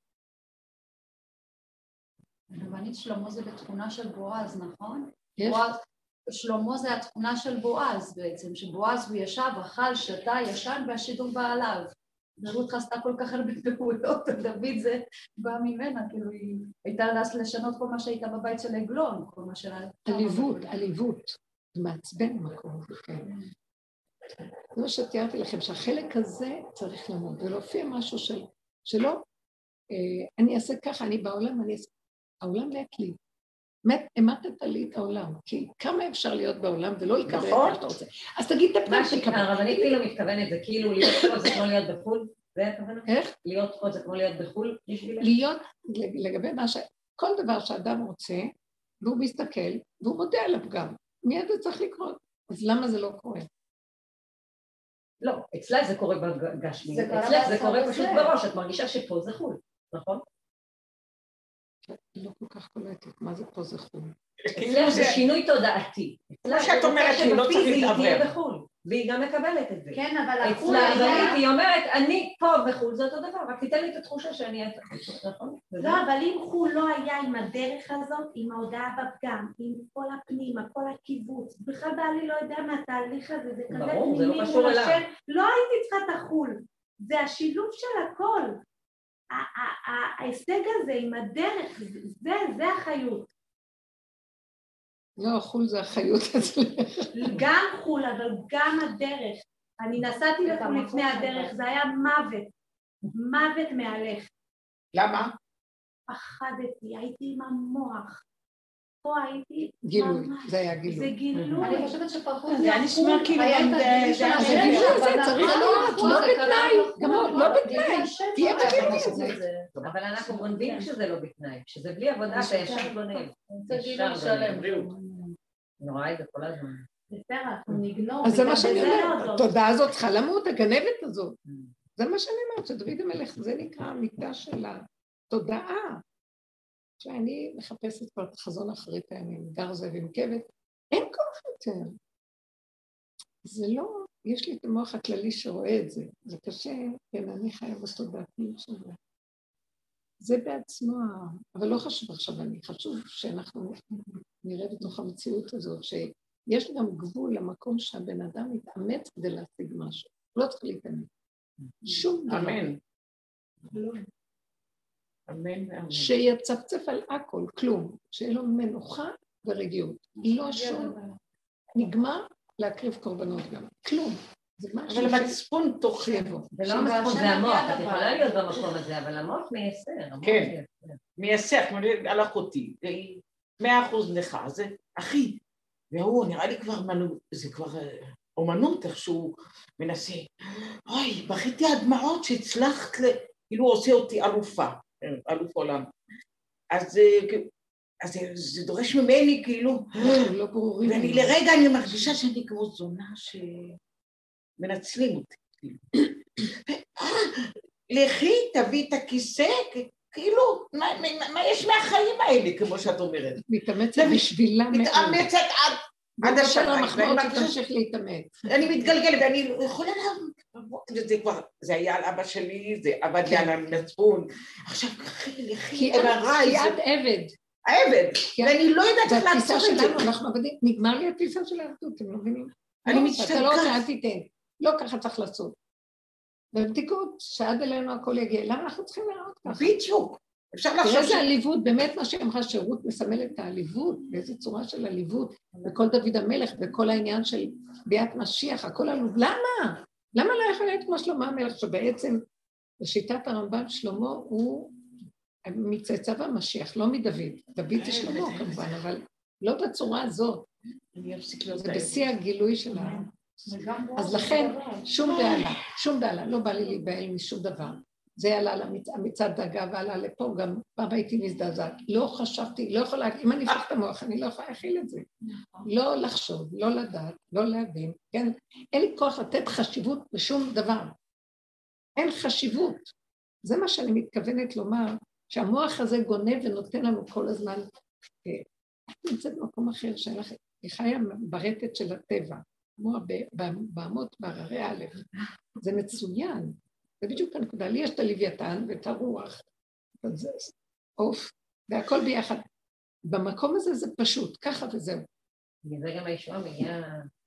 רבנית, שלמה זה בתכונה של בועז, נכון? יש? שלמה זה התכונה של בועז בעצם, שבועז הוא ישב, אכל, שתה, ישן והשידור בא עליו. רות עשתה כל כך הרבה פעולות, דוד זה בא ממנה, כאילו היא הייתה לשנות כל מה שהייתה בבית של עגלון, כל מה שלה... עליבות, עליבות. זה מעצבן המקום הזה, כן. זה מה שתיארתי לכם, שהחלק הזה צריך לעמוד, ולהופיע משהו של, שלא, אני אעשה ככה, אני בעולם, אני אעשה... העולם מת לי. המתת לי את העולם, כי כמה אפשר להיות בעולם ולא יקבל את מה שאתה רוצה. אז תגיד את הפעם שתקבל. הרבנית כאילו מתכוונת, זה כאילו להיות פה זה כמו להיות בחול? זה הכוונת? איך? להיות פה זה כמו להיות בחול? להיות, לגבי מה ש... כל דבר שאדם רוצה, והוא מסתכל, והוא מודה על הפגם. מיד זה צריך לקרות. אז למה זה לא קורה? לא, אצלך זה קורה בגשמי. אצלך זה קורה פשוט בראש, את מרגישה שפה זה חול, נכון? לא כל כך קולטת, מה זה פה זה חול? אצלך זה שינוי תודעתי. כמו שאת אומרת, היא לא צריך להתעבר. והיא גם מקבלת את זה. כן, אבל החול היה... היא אומרת, אני פה בחול, זה אותו דבר, רק תיתן לי את התחושה שאני אהיה את נכון? לא, אבל אם חול לא היה עם הדרך הזאת, עם ההודעה בפגם, עם כל הפנימה, כל הקיבוץ, בכלל בעלי לא יודע מה התהליך הזה, זה כזה פנימי מול השם, לא הייתי צריכה את החול, זה השילוב של הכל. ההישג הזה עם הדרך, זה, זה החיות. לא, החול זה החיות אצלך. גם חול, אבל גם הדרך. אני נסעתי לחול לפני הדרך, זה היה מוות. מוות מהלך. למה? פחדתי, הייתי עם המוח. פה הייתי... גילוי, זה היה גילוי. זה גילוי. אני חושבת שפרחו... זה היה נשמע כאילו... אז הגילוי הזה צריך להיות, לא בתנאי, גם לא בתנאי, תהיה בגילוי הזה. אבל אנחנו גונבים שזה לא בתנאי, שזה בלי עבודה אתה ישר גונב. זה גילוי שלם. נורא את זה כל הזמן. בסדר, אנחנו נגנוב. אז זה מה שאני אומרת, התודעה הזאת צריכה למות, הגנבת הזאת. זה מה שאני אומרת, שדוד המלך, זה נקרא המיטה של התודעה. שאני מחפשת כבר את החזון אחרית הימים, גר זאב עם כבש, אין כוח יותר. זה לא, יש לי את המוח הכללי שרואה את זה, זה קשה, כן, אני חיה בתודעתיות של זה. זה בעצמו, אבל לא חשוב עכשיו, אני חשוב שאנחנו נראה בתוך המציאות הזאת, שיש גם גבול למקום שהבן אדם מתאמץ כדי להשיג משהו, לא צריך להתאמץ. שום דבר. אמן. אמן ואמן. שיצפצף על הכל, כלום, שיהיה לו מנוחה ורגיעות. לא שום, נגמר להקריב קורבנות גם, כלום. אבל המצפון תוכל. זה לא המצפון, זה המוח, את יכולה להיות במקום הזה, אבל המוח מייסר. כן, מייסר, כמו על אחותי, מאה אחוז נכה, זה אחי, והוא נראה לי כבר, זה כבר אומנות, איך שהוא מנסה, אוי, בכיתי הדמעות שהצלחת, כאילו הוא עושה אותי אלופה, אלוף עולם. אז זה דורש ממני, כאילו, ואני לרגע אני מרגישה שאני כמו זונה ש... מנצלים אותי, לכי, תביא את הכיסא, כאילו, מה יש מהחיים האלה, כמו שאת אומרת? מתאמצת בשבילה מאוד. מתאמצת עד השנה. המחמאות שתמשיך להתאמץ. אני מתגלגלת, ואני יכולה לה... זה היה על אבא שלי, זה עבד לי על המצפון. עכשיו, לכי, לכי, כי את עבד. העבד, ואני לא יודעת איך לעצור את זה. אנחנו עבדים, נגמר לי התפיסה של העבדות, אתם לא מבינים? אני מצטער. אתה לא רוצה, אל תיתן. לא ככה צריך לעשות. בבדיקות, שעד אלינו הכל יגיע, למה אנחנו צריכים לראות ככה? בדיוק. אפשר לחשוב... תראה איזה עליבות, באמת מה שאמרה שירות מסמל את העליבות, באיזו צורה של עליבות, וכל דוד המלך, וכל העניין של ביאת משיח, הכל עלוב. למה? למה לא יכול להיות כמו שלמה המלך, שבעצם בשיטת הרמב"ם שלמה הוא מצאצאיו המשיח, לא מדוד. דוד זה שלמה כמובן, אבל לא בצורה הזאת. זה בשיא הגילוי של ה... אז לכן, שום בעלה, שום בעלה, לא בא לי להיבהל משום דבר. זה עלה למצעד דאגה ועלה לפה, גם פעם הייתי מזדעזעת. לא חשבתי, לא יכולה, אם אני אפתח את המוח, אני לא יכולה להכיל את זה. לא לחשוב, לא לדעת, לא להבין, כן? אין לי כוח לתת חשיבות לשום דבר. אין חשיבות. זה מה שאני מתכוונת לומר, שהמוח הזה גונב ונותן לנו כל הזמן, את נמצאת במקום אחר שלך, היא חיה ברטט של הטבע. כמו בעמות בהררי א', זה מצוין, זה בדיוק הנקודה, לי יש את הלוויתן ואת הרוח, את עוף, והכל ביחד, במקום הזה זה פשוט, ככה וזהו. וזה גם הישועה מגיעה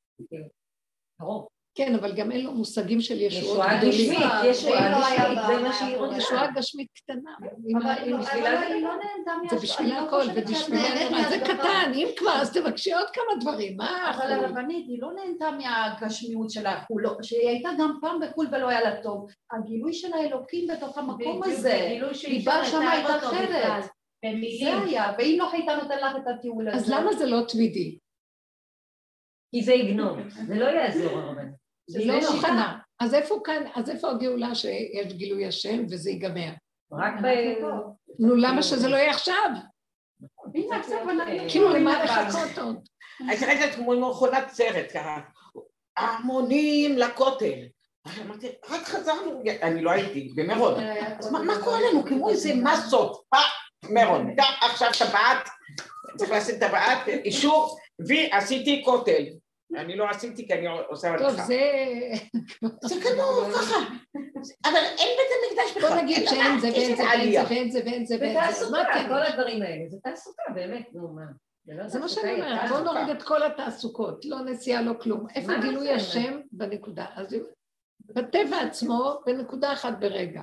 קרוב. כן, אבל גם אין לו מושגים של ישועות גדולים. ישועה גשמית, זה מה שהיא רוצה. ישועה גשמית קטנה. אבל היא לא נהנתה מהשוואה. זה בשביל הכל, ובשבילה, זה קטן, אם כבר, אז תבקשי עוד כמה דברים, מה? אבל הרבנית, היא לא נהנתה מהגשמיות שלה, שהיא הייתה גם פעם בחול ולא היה לה טוב. הגילוי של האלוקים בתוך המקום הזה, היא באה שם הייתה אחרת. זה היה, ואם לא הייתה נותן לך את הטיול הזה. אז למה זה לא תמידי? כי זה יגנוב, זה לא יעזור הרבנית. זה לא מוכנה. אז איפה כאן, אז איפה הגאולה שיש גילוי השם וזה ייגמר? רק ב... נו, למה שזה לא יהיה עכשיו? הנה, עכשיו אנחנו... כאילו, למה לחכות עוד? אז ראית כמו מכונת סרט ככה, המונים לכותל. אמרתי, רק חזרנו, אני לא הייתי, במירון. אז מה קורה לנו? כמו איזה מסות, מירון, עכשיו טבעת, צריך לעשות טבעת, אישור, ועשיתי כותל. אני לא עשיתי כי אני עושה על טוב, זה... זה כמו ככה. אבל אין בית המקדש בכלל. בוא נגיד שאין זה ואין זה ואין זה ואין זה ואין זה. ותעסוקה, כל הדברים האלה, זה תעסוקה, באמת, נו מה. זה מה שאני אומרת, בוא נוריד את כל התעסוקות, לא נסיעה, לא כלום. איפה גילוי השם בנקודה? אז בטבע עצמו, בנקודה אחת ברגע.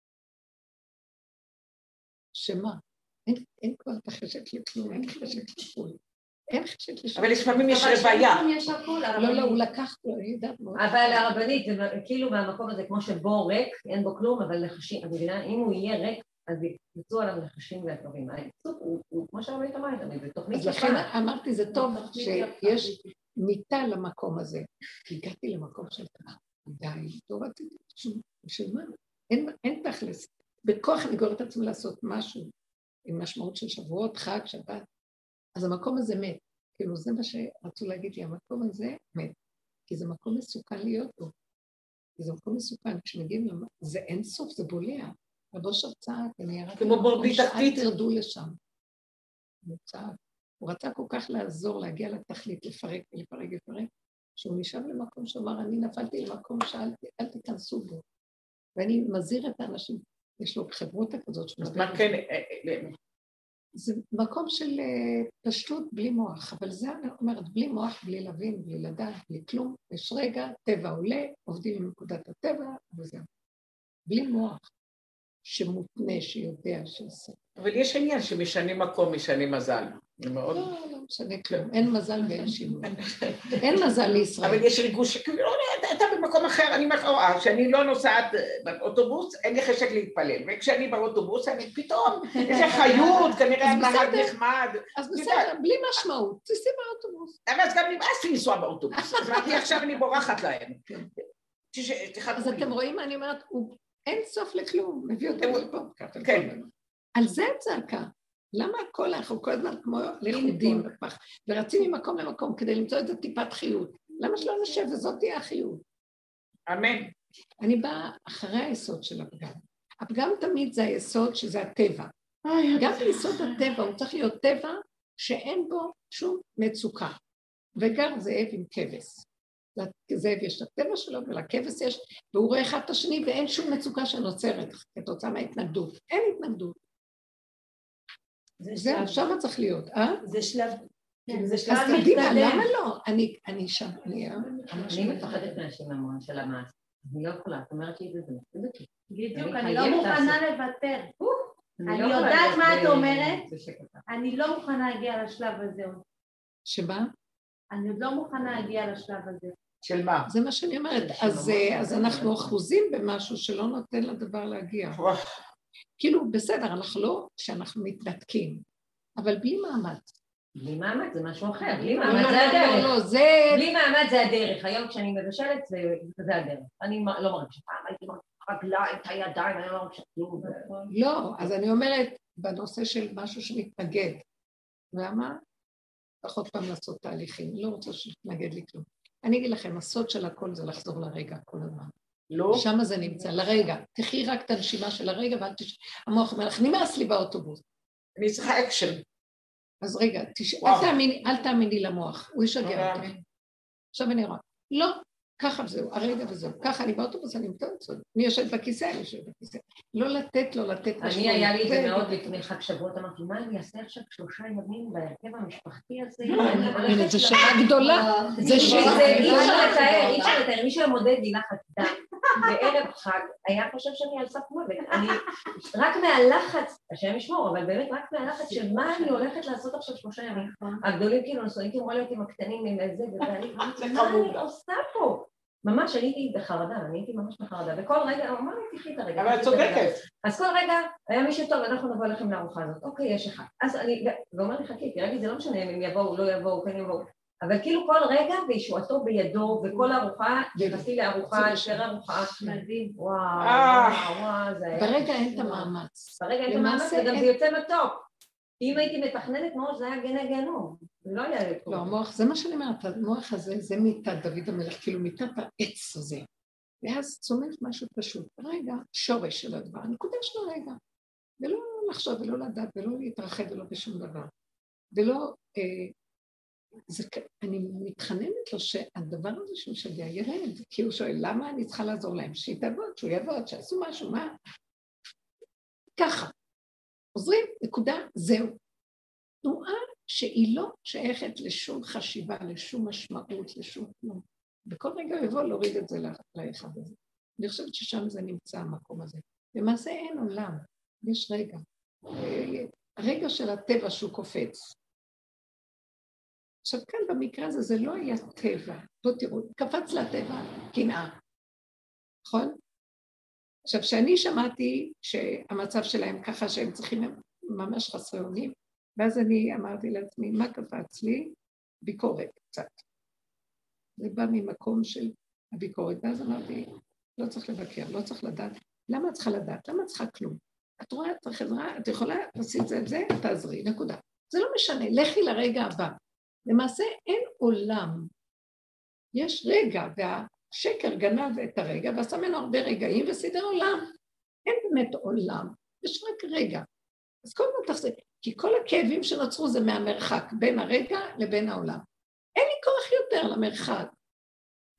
שמה? אין כבר את החשק לכלום, אין חשק לכלום. אין חשק לשם. אבל לפעמים יש רוויה. לא, לא, הוא לקח פה, אני יודעת מאוד. אבל הרבנית, כאילו מהמקום הזה, כמו שבו ריק, אין בו כלום, אבל נחשים, את מבינה, אם הוא יהיה ריק, אז יצאו עליו נחשים והקרבים. העיסוק הוא, כמו שהרבנית אמרת, זה תוכנית. אז לכן אמרתי, זה טוב שיש מיטה למקום הזה. הגעתי למקום של כך, די, לא רציתי, בשביל מה? אין תכלס. בכוח אני גוררת עצמי לעשות משהו, עם משמעות של שבועות, חג, שבת. אז המקום הזה מת, כאילו זה מה שרצו להגיד לי, המקום הזה מת, כי זה מקום מסוכן להיות בו, כי זה מקום מסוכן, כשמגיעים למה, זה אין סוף, זה בולע, רבו שרצה, אני ירדתי למקום שאל תרדו לשם, הוא רצה כל כך לעזור, להגיע לתכלית, לפרק ולפרק ולפרק, שהוא נשאר למקום שאומר, אני נפלתי למקום שאלתי, אל תיכנסו בו. ואני מזהיר את האנשים, יש לו חברות כזאת. אז מה כן? זה מקום של פשטות בלי מוח, אבל זה אני אומרת, בלי מוח, בלי להבין, בלי לדעת, בלי כלום, יש רגע, טבע עולה, עובדים עם נקודת הטבע, וזהו. בלי מוח שמותנה, שיודע, שעושה. אבל יש עניין שמשנים מקום, משנים מזל. לא, לא משנה כלום, אין מזל ואין שינוי. אין מזל לישראל. אבל יש ריגוש שכאילו, לא, אתה במקום אחר, אני רואה, שאני לא נוסעת באוטובוס, אין לי חשק להתפלל, וכשאני באוטובוס, אני פתאום, איזה חיות, כנראה הנהג נחמד. אז בסדר, בלי משמעות, תיסעי באוטובוס. אבל אז גם נמאס לי לנסוע באוטובוס, אז אמרתי, עכשיו אני בורחת להם. אז אתם רואים מה אני אומרת, אין סוף לכלום, מביא אותם לפה. כן. על זה הצעקה. למה הכל אנחנו כל הזמן כמו לחודים ורצים ממקום למקום כדי למצוא את הטיפת חיות? למה שלא נשב וזאת תהיה החיות? אמן. אני באה אחרי היסוד של הפגם. הפגם תמיד זה היסוד שזה הטבע. גם ביסוד הטבע הוא צריך להיות טבע שאין בו שום מצוקה. וגם זאב עם כבש. לזאב יש את הטבע שלו ולכבש יש, והוא רואה אחד את השני ואין שום מצוקה שנוצרת כתוצאה מההתנגדות. אין התנגדות. זהו, שמה צריך להיות, אה? זה שלב, זה שלב מתקדם. אז קדימה, למה לא? אני שם, אני... אני מפחדת מהשם המון של המעש. אני לא יכולה, את אומרת לי את זה, זה כיף. בדיוק, אני לא מוכנה לוותר. אני יודעת מה את אומרת, אני לא מוכנה להגיע לשלב הזה. שמה? אני עוד לא מוכנה להגיע לשלב הזה. של מה? זה מה שאני אומרת, אז אנחנו אחוזים במשהו שלא נותן לדבר להגיע. כאילו, בסדר, אנחנו לא שאנחנו מתנתקים, אבל בלי מאמץ. בלי מאמץ זה משהו אחר, בלי מאמץ זה הדרך. לא, לא, זה... בלי מאמץ זה הדרך, היום כשאני מבשלת זה הדרך. אני לא מרגישה פעם, הייתי מרגישה רגליים, את הידיים, אני לא מרגישה כלום. לא, אז אני אומרת, בנושא של משהו שמתנגד, למה? פחות פעם לעשות תהליכים, לא רוצה שתנגד לי כלום. אני אגיד לכם, הסוד של הכל זה לחזור לרגע כל הזמן. לא. שם זה נמצא, לרגע. תחי רק את הנשימה של הרגע, ואל תש... המוח אומר לך, נמאס לי באוטובוס. אני צריכה אקשן. אז רגע, תש... אל תאמיני, אל תאמיני למוח, הוא ישגע אותך. עכשיו אני רואה, לא, ככה וזהו, הרגע וזהו, ככה אני באוטובוס, אני מתארת זאת. אני יושבת בכיסא, אני יושבת בכיסא. לא לתת, לא לתת. אני היה לי את זה מאוד לפני חג שבועות, אמרתי, מה אני אעשה עכשיו שלושה ימים בהרכב המשפחתי הזה? זו שאלה גדולה. זה שאלה, אי אפשר לתאר, אי אפשר לתאר, מי שמודד לי לחץ דם, בערב חג, היה חושב שאני על סף מוות. אני, רק מהלחץ, השם ישמור, אבל באמת רק מהלחץ של מה אני הולכת לעשות עכשיו שלושה ימים. הגדולים כאילו נסו, הייתי אמורה להיות עם הקטנים עם איזה, וזה, מה אני עושה פה? ממש הייתי בחרדה, אני הייתי ממש בחרדה, וכל רגע, אמר לי, תחי את הרגע. אבל את צודקת. אז כל רגע, היה מישהו טוב, אנחנו נבוא לכם לארוחה הזאת, אוקיי, יש אחד. אז אני, ואומר לי, חכי, תראה לי, זה לא משנה אם הם יבואו, לא יבואו, כן יבואו. אבל כאילו כל רגע בישועתו בידו, וכל ארוחה, נכנסתי לארוחה, אשר ארוחה, מדהים, וואו, וואו, וואו, זה היה... ברגע אין את המאמץ. ברגע אין את המאמץ, וגם זה יוצא מתוק. אם הייתי מתכננת מאוד, זה היה גנה גנו. זה לא היה... לא, המוח, זה מה שאני אומרת, המוח הזה, זה מיטת דוד המלך, כאילו מיטת העץ הזה. ואז צומח משהו פשוט. רגע, שורש של הדבר, נקודה של הרגע. ולא לחשוב, ולא לדעת, ולא להתרחב, ולא בשום דבר. ולא... זה, אני מתחננת לו שהדבר הזה שהוא משגע ירד, כי הוא שואל, למה אני צריכה לעזור להם? שיתעבוד, שהוא יעבוד, שעשו משהו, מה? ככה. עוזרים, נקודה, זהו. תנועה שהיא לא שייכת לשום חשיבה, לשום משמעות, לשום כלום. בכל רגע הוא יבוא להוריד את זה לאחד הזה. אני חושבת ששם זה נמצא, המקום הזה. למעשה אין עולם, יש רגע. הרגע של הטבע שהוא קופץ. עכשיו כאן במקרה הזה זה לא היה טבע. בוא תראו, קפץ לטבע, קנאה. נכון? עכשיו, כשאני שמעתי שהמצב שלהם ככה שהם צריכים ממש חסרי אונים, ואז אני אמרתי לעצמי, מה קפץ לי? ביקורת קצת. זה בא ממקום של הביקורת, ואז אמרתי, לא צריך לבקר, לא צריך לדעת. למה את צריכה לדעת? למה את צריכה כלום? את רואה, את צריכה עזרה, את יכולה לעשות את זה, זה, תעזרי, נקודה. זה לא משנה, לכי לרגע הבא. למעשה אין עולם. יש רגע, וה... שקר גנב את הרגע, ועשה ממנו הרבה רגעים, וסידר עולם. אין באמת עולם, יש רק רגע. אז כל הזמן תחזיר, כי כל הכאבים שנוצרו זה מהמרחק, בין הרגע לבין העולם. אין לי כוח יותר למרחק.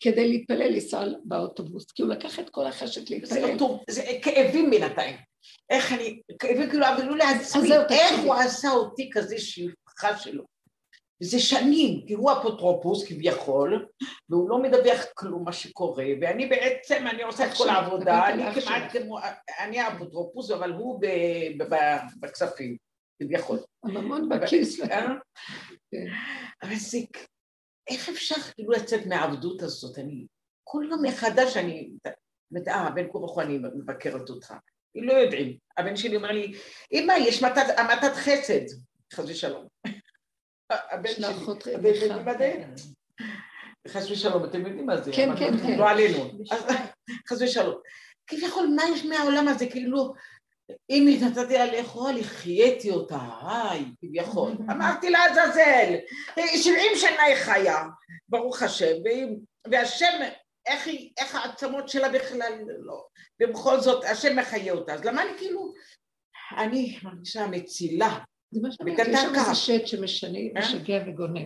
כדי להתפלל לנסוע באוטובוס, כי הוא לקח את כל החשת להתפלל. זה כאבים בינתיים. איך אני, כאבים כאילו, אבל לא לעצמי, איך הוא עשה אותי כזה שפחה שלו. זה שנים, כי הוא אפוטרופוס כביכול, והוא לא מדווח כלום מה שקורה, ואני בעצם, אני עושה את כל העבודה, אני כמעט, אני האפוטרופוס, אבל הוא בכספים, כביכול. הממון בכיס. אבל זה, איך אפשר כאילו לצאת מהעבדות הזאת? אני, כל יום מחדש אני, אה, הבן כורחו אני מבקרת אותך, היא לא יודעים. הבן שלי אומר לי, אמא, יש מתת חסד, חס ושלום. הבן שלי, הבן שלי מדהים. חס ושלום, אתם יודעים מה זה? כן, כן, כן. לא עלינו. חס ושלום. כביכול, מה יש מהעולם הזה? כאילו, אם נתתי לה לאכול, החייתי אותה, היי, כביכול. אמרתי לה, עזאזל, שבעים שנה היא חיה, ברוך השם, והשם, איך העצמות שלה בכלל לא, ובכל זאת, השם מחיה אותה. אז למה אני כאילו, אני מרגישה מצילה. זה מה שאני אומרת, יש שם איזה שט שמשנה, משגע וגונב.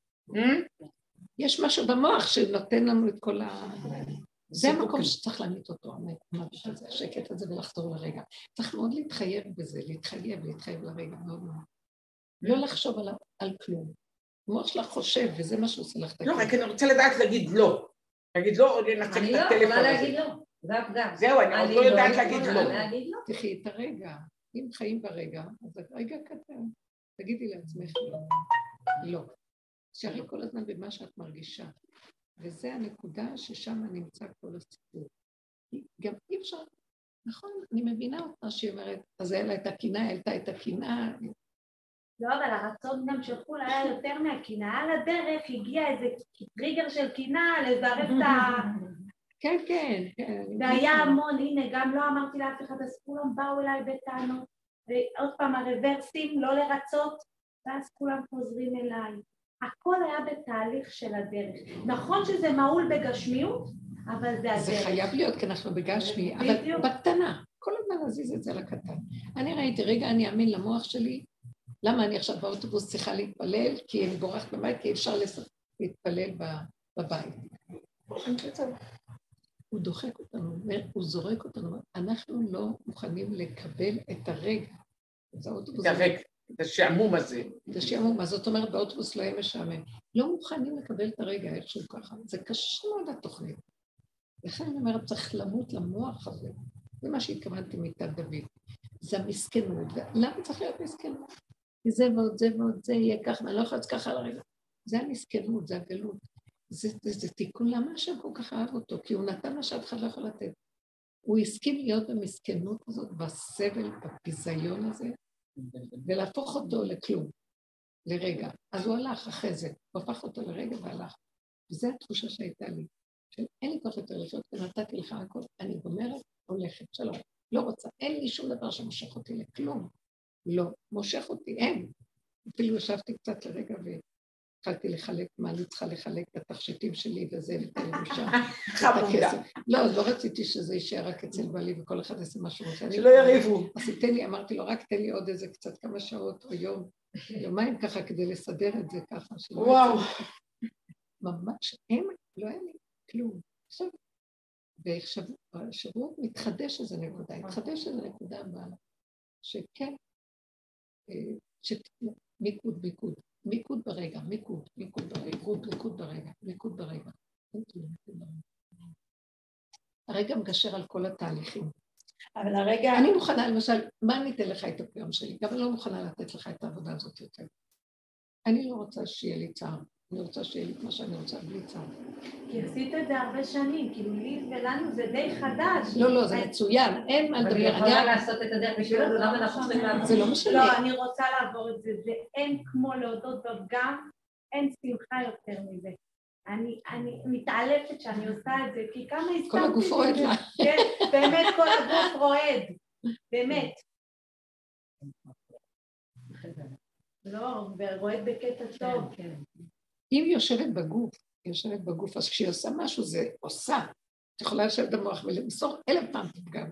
יש משהו במוח שנותן לנו את כל ה... זה המקום שצריך להמיט אותו, השקט הזה ולחזור לרגע. צריך מאוד להתחייב בזה, להתחייב, להתחייב לרגע, מאוד מאוד. לא לחשוב על כלום. המוח שלך חושב, וזה מה שעושה לך את הכלום. לא, רק אני רוצה לדעת להגיד לא. להגיד לא או לנצק את הטלפון הזה. אני לא יכולה להגיד לא, זה הפגם. זהו, אני עוד לא יודעת להגיד לא. תחי את הרגע. אם חיים ברגע, אז הרגע קטן. תגידי לעצמך לא. לא. שערי כל הזמן במה שאת מרגישה. וזה הנקודה ששם נמצא כל הסיפור. גם אי אפשר, נכון, אני מבינה אותה שהיא אומרת, אז היה לה את הקינה, העלתה את הקינה. לא, אבל הרצון גם של חול היה יותר מהקינה. על הדרך הגיע איזה טריגר של קינה, לזרף את ה... כן, כן, כן. והיה המון, הנה, גם לא אמרתי לאף אחד, אז כולם באו אליי בטענות, ועוד פעם הרוורסים, לא לרצות, ואז כולם חוזרים אליי. הכל היה בתהליך של הדרך. נכון שזה מעול בגשמיות, אבל זה הדרך. זה חייב להיות, כי אנחנו בגשמי, אבל בקטנה. כל הזמן נזיז את זה לקטן. אני ראיתי, רגע, אני אאמין למוח שלי, למה אני עכשיו באוטובוס צריכה להתפלל, כי אני בורחת בבית, כי אפשר להתפלל בבית. הוא דוחק אותנו, הוא זורק אותנו, אנחנו לא מוכנים לקבל את הרגע. את השעמום הזה. את השעמום, אז זאת אומרת, באוטובוס לא יהיה משעמם. לא מוכנים לקבל את הרגע איכשהו ככה, זה קשה מאוד התוכנית. לכן אני אומרת, צריך למות למוח הזה. זה מה שהתכוונתי מיטת דוד. זה המסכנות. למה צריך להיות מסכנות? כי זה ועוד זה ועוד זה יהיה ככה, אני לא יכולה לצאת ככה על הרגע. זה המסכנות, זה הגלות. זה, זה, זה תיקון, למה השם כל כך אהב אותו? כי הוא נתן מה שאף אחד לא יכול לתת. הוא הסכים להיות במסכנות הזאת, בסבל, בפיזיון הזה, ולהפוך אותו לכלום, לרגע. אז הוא הלך אחרי זה, הוא הפך אותו לרגע והלך. וזו התחושה שהייתה לי, שאין לי כוח יותר לחיות, ונתתי לך הכל, אני גומרת, הולכת, שלום. לא רוצה, אין לי שום דבר שמושך אותי לכלום. לא, מושך אותי, אין. אפילו ישבתי קצת לרגע והתחלתי לחלק, מה אני צריכה לחלק את התכשיטים שלי וזה, ואת הלבושה, את הכסף. לא, לא רציתי שזה יישאר רק אצל בעלי וכל אחד יעשה משהו. שלא יריבו. אז תן לי, אמרתי לו, רק תן לי עוד איזה קצת כמה שעות או יום, יומיים ככה כדי לסדר את זה ככה. וואו. ממש, אין, לא היה לי כלום. עכשיו, בשבועות מתחדש איזה נקודה, מתחדש איזה נקודה בעלה, שכן, מיקוד, מיקוד, מיקוד ברגע, מיקוד, מיקוד ברגע, מיקוד ברגע, מיקוד ברגע. הרגע מגשר על כל התהליכים. אבל הרגע... אני מוכנה, למשל, מה אני אתן לך את הפעם שלי? גם אני לא מוכנה לתת לך את העבודה הזאת יותר. אני לא רוצה שיהיה לי צער. אני רוצה שיהיה לי מה שאני רוצה, בלי צער. כי עשית את זה הרבה שנים, כאילו לי ולנו זה די חדש. לא, לא, זה מצוין, אין מה לדבר. אבל היא יכולה לעשות את הדרך בשבילנו, למה אנחנו צריכים לעבור? זה לא משנה. לא, אני רוצה לעבור את זה, ואין כמו להודות בפגם, אין שמחה יותר מזה. אני, אני מתעלפת שאני עושה את זה, כי כמה הסתמתי... כל הגוף רועד לה. כן, באמת כל הגוף רועד, באמת. לא, ורועד בקטע טוב. אם היא יושבת בגוף, היא יושבת בגוף, אז כשהיא עושה משהו, זה עושה. את יכולה לשבת במוח ולמסור אלף פעם פגם.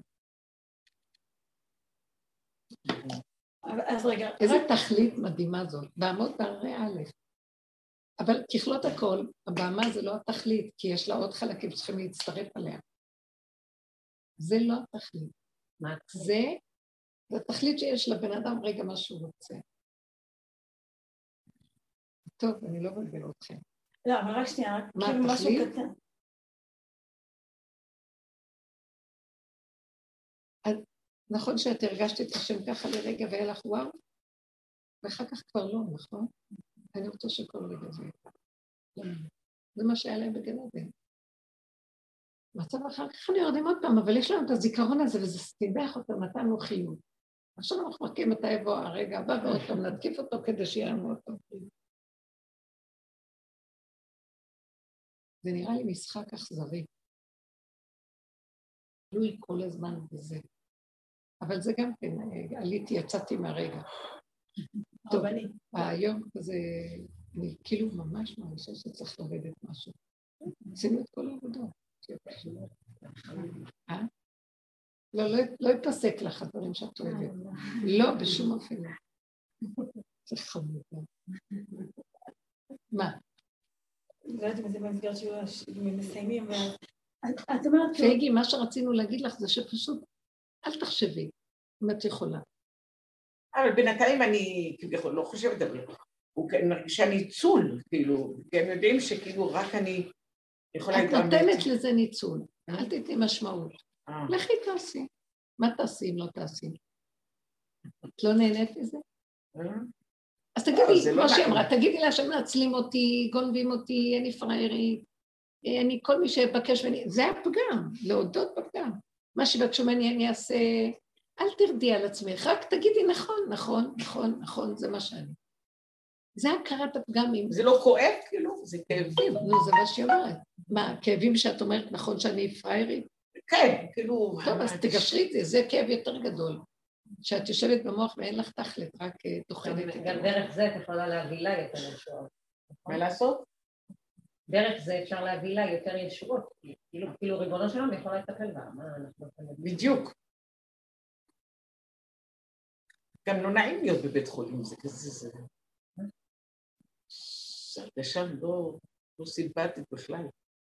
אז רגע... איזה תכלית מדהימה זאת, בעמוד בהרי א', אבל ככלות הכל, הבמה זה לא התכלית, כי יש לה עוד חלקים שצריכים להצטרף עליה. זה לא התכלית. זה, זה התכלית שיש לבן אדם רגע מה שהוא רוצה. טוב, אני לא מבלבל אתכם. לא, אבל רק שנייה, רק כאילו משהו קטן. נכון שאת הרגשת את השם ככה לרגע והיה לך וואו? ואחר כך כבר לא, נכון? אני רוצה שכל רגע זה יהיה. זה מה שהיה להם בגן עדן. מצב אחר כך אני יורדים עוד פעם, אבל יש לנו את הזיכרון הזה, וזה סתיבח אותו, נתנו חיוב. עכשיו אנחנו מחכים מתי יבוא הרגע הבא, ועוד פעם נתקיף אותו כדי שיהיה לנו עוד פעם חיוב. זה נראה לי משחק אכזרי. תלוי כל הזמן בזה. אבל זה גם כן, עליתי, יצאתי מהרגע. טוב, היום כזה, אני כאילו ממש מרגישה שצריך לרדת משהו. עשינו את כל העבודות. אה? לא, לא יפסק לך הדברים שאת אוהבת. לא, בשום אופן. זה חמוד. מה? לא יודעת אם זה במסגרת שמסיימים, ואת אומרת... פייגי, מה שרצינו להגיד לך זה שפשוט, אל תחשבי, אם את יכולה. אבל בינתיים אני כביכול לא חושבת, אבל הוא מרגישה ניצול, כאילו, כי הם יודעים שכאילו רק אני יכולה... את נותנת לזה ניצול, אל תתני משמעות. לכי תעשי. מה תעשי אם לא תעשי? את לא נהנית מזה? אז תגידי, כמו שהיא אמרה, תגידי לה שמנצלים אותי, גונבים אותי, אני פריירית, אני כל מי שבקש ממני, זה הפגם, להודות בפגם. מה שבקשו ממני אני אעשה, אל תרדי על עצמך, רק תגידי נכון, נכון, נכון, נכון, זה מה שאני. זה הכרת הפגמים. זה לא כואב, כאילו, זה כאבים. נו, זה מה שהיא אומרת. מה, כאבים שאת אומרת נכון שאני פריירית? כן, כאילו... טוב, אז תגשרי את זה, זה כאב יותר גדול. שאת יושבת במוח ואין לך תכלת, רק תוכנת. גם דרך זה את יכולה להביא לה יותר ישועות. מה לעשות? דרך זה אפשר להביא לה יותר ישועות. כאילו ריבונו שלנו יכול לטפל בה. בדיוק. גם לא נעים להיות בבית חולים, זה כזה, זה... הרגשה לא סימפטית בכלל.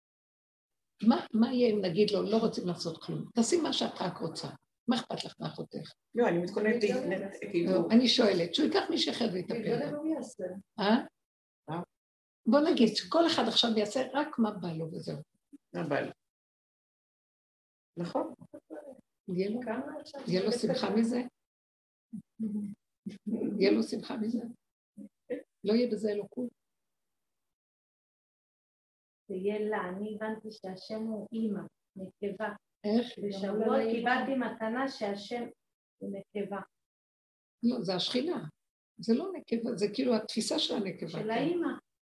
מה יהיה אם נגיד לו, לא רוצים לעשות כלום? תעשי מה שאת רק רוצה. מה אכפת לך מאחותך? לא, אני מתכוננת להתנתק, כאילו... אני שואלת, שהוא ייקח מישהו אחר ויטפל. אה? בוא נגיד שכל אחד עכשיו יעשה רק מה בא לו וזהו. מה בא לו? נכון. יהיה לו שמחה מזה? יהיה לו שמחה מזה? לא יהיה בזה אלוקות? זה יהיה לה, אני הבנתי שהשם הוא אימא, נקבה. איך? בשבועות קיבלתי מתנה שהשם הוא נקבה. לא, זה השכינה. זה לא נקבה, זה כאילו התפיסה של הנקבה. של האימא.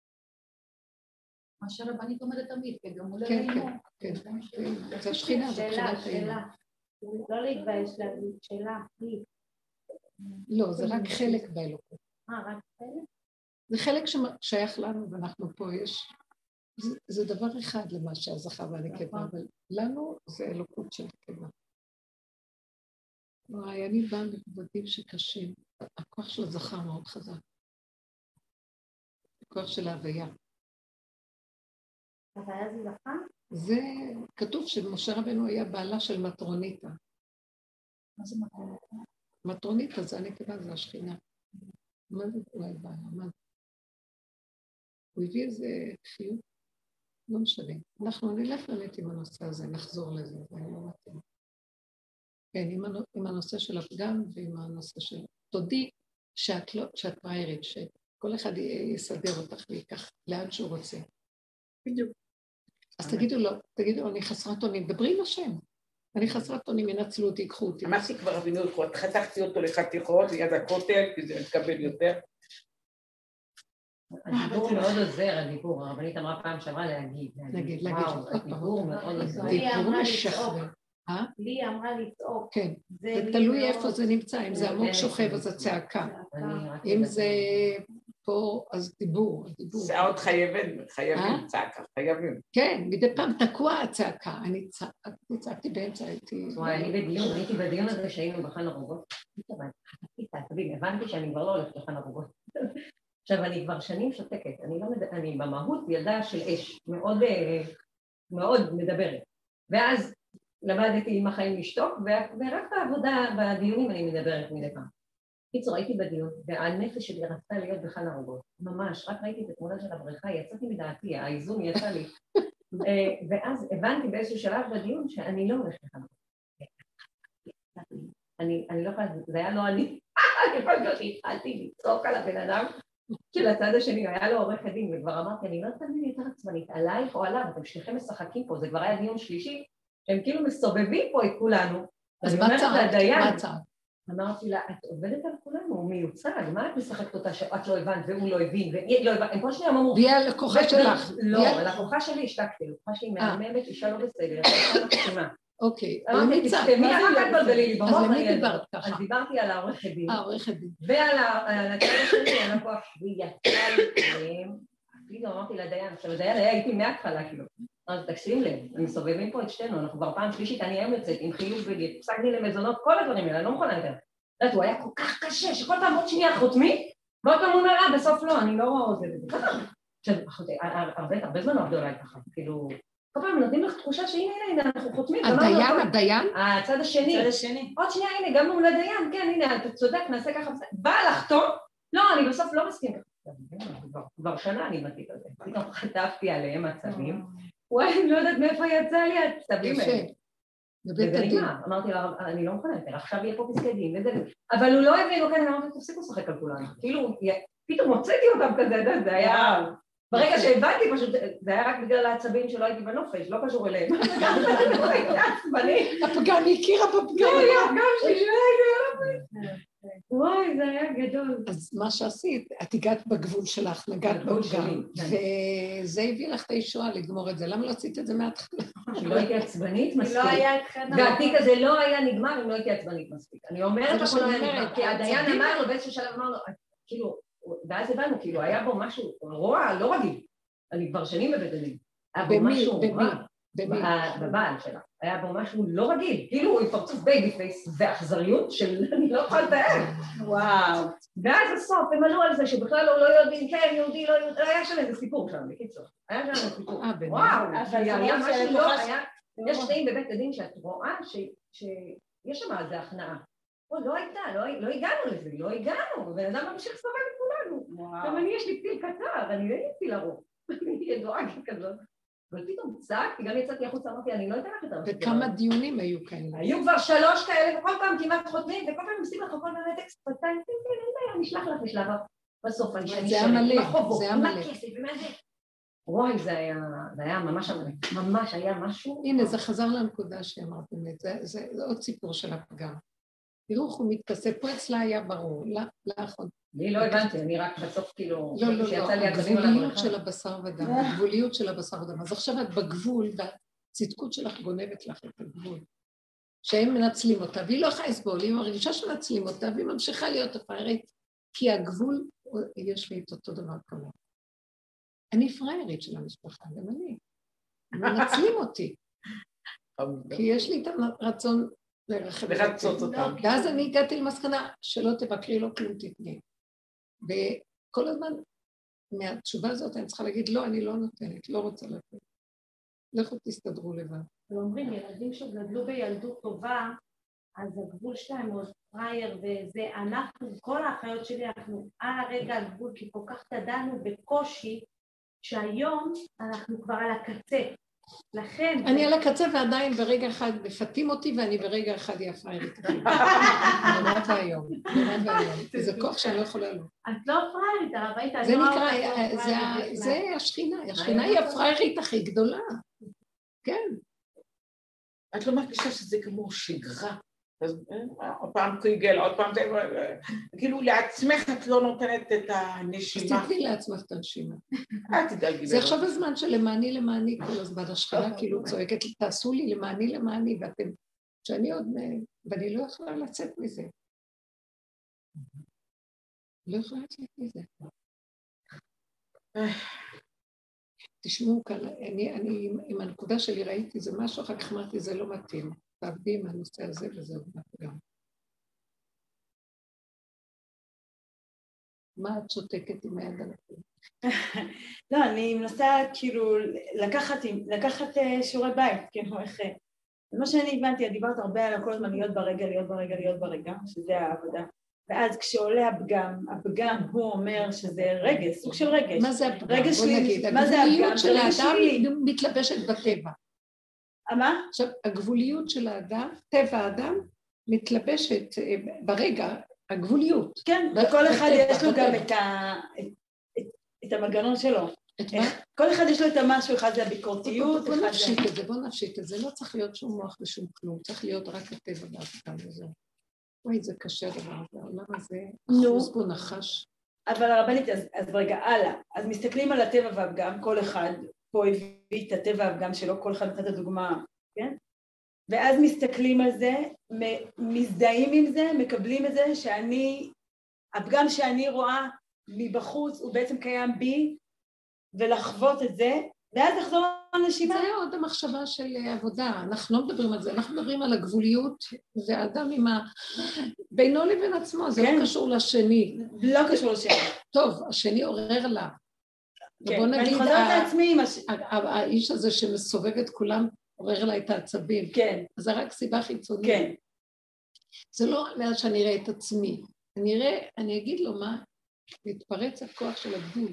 מה שהרבנית אומרת תמיד, גם הוא כן, כן, כן. זה השכינה, זה שאלה, שאלה. לא להתבייש להגיד, שאלה, היא. לא, זה רק חלק באלוקות. אה, רק חלק? זה חלק ששייך לנו, ואנחנו פה יש... זה, זה דבר אחד למה שהזכר והנקבה, אבל לנו זה אלוקות של נקבה. וואי, אני באה מכבודים שקשים. הכוח של הזכר מאוד חזק. הכוח של ההוויה. הוויה זה זכר? זה כתוב שמשה רבנו היה בעלה של מטרוניתה. מה זה מטרוניתה? מטרוניתה זה הנקבה, זה השכינה. מה זה אולי בעלה? מה זה? הוא הביא איזה חיות? לא משנה. אנחנו נלך באמת עם הנושא הזה, נחזור לזה, זה לא מתאים. כן, עם הנושא של הפגם ועם הנושא של... תודי שאת לא, שאת פריירית, שכל אחד יסדר אותך ויקח לאן שהוא רוצה. בדיוק. אז תגידו לו, תגידו לו, אני חסרת אונים, דברי עם השם. אני חסרת אונים, ינצלו אותי, יקחו אותי. אמרתי כבר אבינו לכות, חתכתי אותו לחתיכות ליד הכותל, כי זה מתקבל יותר. הדיבור מאוד עוזר, הדיבור, הרבנית אמרה פעם שעברה להגיד. להגיד, להגיד. וואו, הדיבור מאוד עוזר. דיבור משחרר. לי אמרה לצעוק. כן, זה תלוי איפה זה נמצא, אם זה עמוק שוכב אז הצעקה. אם זה פה אז דיבור, דיבור. זה עוד חייבים, חייבים צעקה, חייבים. כן, מדי פעם תקוע הצעקה, אני צעקתי באמצע, הייתי... וואי, אני בדיון, הייתי בדיון הזה שהיינו בחן ערוגות. הבנתי שאני כבר לא הולכת לחן ערוגות. עכשיו, אני כבר שנים שותקת, אני, לא מד... אני במהות ילדה של אש, מאוד, מאוד מדברת. ואז למדתי עם החיים לשתוק, ורק בעבודה, בדיונים אני מדברת מדי פעם. קיצור, הייתי בדיון, והנפש שלי רצתה להיות בכלל הרגות. ממש, רק ראיתי את התמונה של הבריכה, יצאתי מדעתי, האיזון יצא לי. ואז הבנתי באיזשהו שלב בדיון שאני לא הולכת לך. אני, אני לא יכולה, זה היה לא אני. אני פשוט התחלתי לצעוק על הבן אדם של הצד השני, היה לו עורך הדין, וכבר אמרתי, אני לא יודעת מי יותר עצמנית, עלייך או עליו, אתם שניכם משחקים פה, זה כבר היה דיון שלישי, הם כאילו מסובבים פה את כולנו. אז מה צעקת? מה צעקת? אמרתי לה, את עובדת על כולנו, הוא מיוצג, מה את משחקת אותה שאת לא הבנת והוא לא הבין, והיא לא הבנת, הם כל שניה אמרו... והיא הלקוחה שלך. לא, הלקוחה שלי השתקתי, הלקוחה שלי מהממת, אישה לא בסדר, אישה מקסימה. אוקיי, אמרתי, תסתמי, רק את בלבלי לי במוח. אז למי דיברת ככה? אז דיברתי על העורך הדין. העורך הדין. ועל הצד השני, הלקוח, והיא יצאה לי, פתאום אמרתי לדיין, עכשיו לדיין היה איתי מההתחלה, כאילו. אז תקשיב לב, הם מסובבים פה את שתינו, אנחנו כבר פעם שלישית, אני היום יוצאת עם חיוב ולי, פסקתי למזונות, כל הדברים האלה, אני לא מוכנה יותר. יודעת, הוא היה כל כך קשה, שכל פעם עוד שנייה חותמי, ועוד פעם הוא אומר, אה, בסוף לא, אני לא עוזב את זה. עכשיו, הרבה זמן עובדו עליי ככה, כאילו, כל פעם נותנים לך תחושה שהנה, הנה, הנה, אנחנו חותמים. הדיין, הדיין? הצד השני. הצד השני. עוד שנייה, הנה, גם מול הדיין, כן, הנה, אתה צודק, נעשה ככה, באה לחתום, לא, אני בסוף לא מסכים ככה. כבר שנה אני מתאים על זה, פתאום חטפתי עליהם עצבים, וואי, אני לא יודעת מאיפה יצא לי הצבים האלה. וזה נגמר, אמרתי לה, אני לא מוכנה יותר, עכשיו יהיה פה פסקי דין, וזה, אבל הוא לא הבין, אוקיי, אני אמרתי, תפסיקו לשחק על כולנו, כאילו, פתאום הוצאתי אותם כזה, זה היה, ברגע שהבנתי פשוט, זה היה רק בגלל העצבים שלא הייתי בנופש, לא קשור אליהם. הפגם, היא הכירה בפגם. לא, היה הפגם שלי, שלא הייתי בנופש. וואי, זה היה גדול. אז מה שעשית, את הגעת בגבול שלך, נגעת בפגם, וזה הביא לך את הישועה לגמור את זה. למה לא עשית את זה מההתחלה? כי לא הייתי עצבנית מספיק. לא היה התחנה. והתיק הזה לא היה נגמר אם לא הייתי עצבנית מספיק. אני אומרת לך, לא היה נגמר, כי הדיין אמר לו, באיזשהו שלב אמר לו, כאילו, ואז הבנו, כאילו, היה בו משהו רוע, לא רגיל. אני כבר שנים בבית הדין. היה בו משהו רע. בבעל שלה. היה בו משהו לא רגיל. כאילו, הוא יפרצוף בייבי פייס ואכזריות של אני לא יכולה לתאר. וואו. ואז הסוף, הם עלו על זה שבכלל הוא לא יודעים, כן, יהודי, לא יהודי, היה שם איזה סיפור שם, בקיצור. היה שם איזה סיפור. וואו, היה משהו לא, היה... יש קטעים בבית הדין שאת רואה שיש שם איזה הכנעה. לא הייתה, לא הגענו לזה, לא הגענו, ובן אדם ממשיך סובב את כולנו. עכשיו אני יש לי פיל קצר, אני לא הייתי לרוב, אני ידועה כזאת. אבל פתאום צעקתי, גם יצאתי החוצה, אמרתי, אני לא יודעת לך את זה. וכמה דיונים היו כאלה? היו כבר שלוש כאלה, וכל פעם כמעט חותמים, וכל פעם עושים לך הכל באמת טקסט, פתיים, כן, כן, אין בעיה, נשלח לך, נשלח לך. בסוף אני שאני שואלת, עם החובות, עם הכסף, עם הזה. וואי, זה היה, זה היה ממש, ממש היה משהו. הנה, זה חזר לנקודה שאמרת באמת, זה עוד סיפור של הפגם. תראו איך הוא מתכסה, פה אצלה היה ברור, לאחרונה. לי לא הבנתי, אני רק בסוף כאילו, לא, לא, לא, הגבוליות של הבשר ודם, הגבוליות של הבשר ודם. אז עכשיו את בגבול, והצדקות שלך גונבת לך את הגבול. שהם מנצלים אותה, והיא לא יכולה לסבול, היא מרגישה שמנצלים אותה, והיא ממשיכה להיות הפריירית, כי הגבול, יש לי את אותו דבר כמובן. אני פריירית של המשפחה, גם אני. מנצלים אותי. כי יש לי את הרצון לרצות אותם. ואז אני הגעתי למסקנה שלא תבקרי לו כלום תתני. וכל הזמן מהתשובה הזאת אני צריכה להגיד, לא, אני לא נותנת, לא רוצה לתת. לכו תסתדרו לבד. ואומרים, ילדים שגדלו בילדות טובה, אז הגבול שלהם הוא פרייר, וזה אנחנו, כל האחיות שלי, אנחנו על הרגע הגבול, כי כל כך תדענו בקושי, שהיום אנחנו כבר על הקצה. לכן... אני על הקצה ועדיין ברגע אחד מפתים אותי, ואני ברגע אחד היא הפריירית. נורא והיום, נורא והיום. זה כוח שאני לא יכולה לו. את לא פריירית, הרבית, זה נקרא, זה השכינה, השכינה היא הפריירית הכי גדולה. כן. את לא מרגישה שזה כמו שגרה. עוד פעם קריגל, עוד פעם זה... כאילו לעצמך את לא נותנת את הנשימה. אז תתני לעצמך את הנשימה. אל תדאגי. זה עכשיו הזמן של למעני למעני כל הזמן, השכנה כאילו צועקת, תעשו לי למעני למעני, ואתם, שאני עוד, ואני לא יכולה לצאת מזה. לא יכולה לצאת מזה. תשמעו כאן, אני, אני, עם הנקודה שלי ראיתי, זה משהו, אחר כך אמרתי, זה לא מתאים. תעבדי עם הנושא הזה וזה עוד גם. מה את שותקת עם היד על הפנים? לא, אני מנסה כאילו לקחת, לקחת שיעורי בית, כאילו איך... מה שאני הבנתי, את דיברת הרבה על כל הזמן להיות ברגע, להיות ברגע, להיות ברגע, שזה העבודה. ואז כשעולה הפגם, הפגם הוא אומר שזה רגש, סוג של רגש. מה זה הפגם? רגש בוא שלי, נגיד, מה זה הפגם? הגבוליות של האדם מתלבשת בטבע. מה? עכשיו, הגבוליות של האדם, טבע האדם, מתלבשת ברגע, הגבוליות. כן, וכל אחד יש לו גם את ה... את המנגנון שלו. את מה? כל אחד יש לו את המשהו, אחד זה הביקורתיות, בוא נפשיט את זה, בוא נפשיט את זה, לא צריך להיות שום מוח ושום כלום, צריך להיות רק הטבע והפגם וזהו. אוי, זה קשה דבר הזה, העולם הזה, אחוז בו נחש. אבל הרבנית, אז רגע, הלאה, אז מסתכלים על הטבע והפגם, כל אחד פה הביא את הטבע והפגם שלו, כל אחד נתן את הדוגמה, כן? ואז מסתכלים על זה, מזדהים עם זה, מקבלים את זה שאני, הפגם שאני רואה מבחוץ הוא בעצם קיים בי, ולחוות את זה, ואז לחזור לנשימה. זה עוד המחשבה של עבודה, אנחנו לא מדברים על זה, אנחנו מדברים על הגבוליות, והאדם עם ה... בינו לבין עצמו, זה לא קשור לשני. לא קשור לשני. טוב, השני עורר לה. כן, ואני חוזרת לעצמי עם השני. האיש הזה שמסובב את כולם, עורר לה את העצבים. כן. אז זה רק סיבה חיצונית. כן. זה לא אומר שאני אראה את עצמי. אני אראה, אני אגיד לו מה, להתפרץ הכוח של הגבול.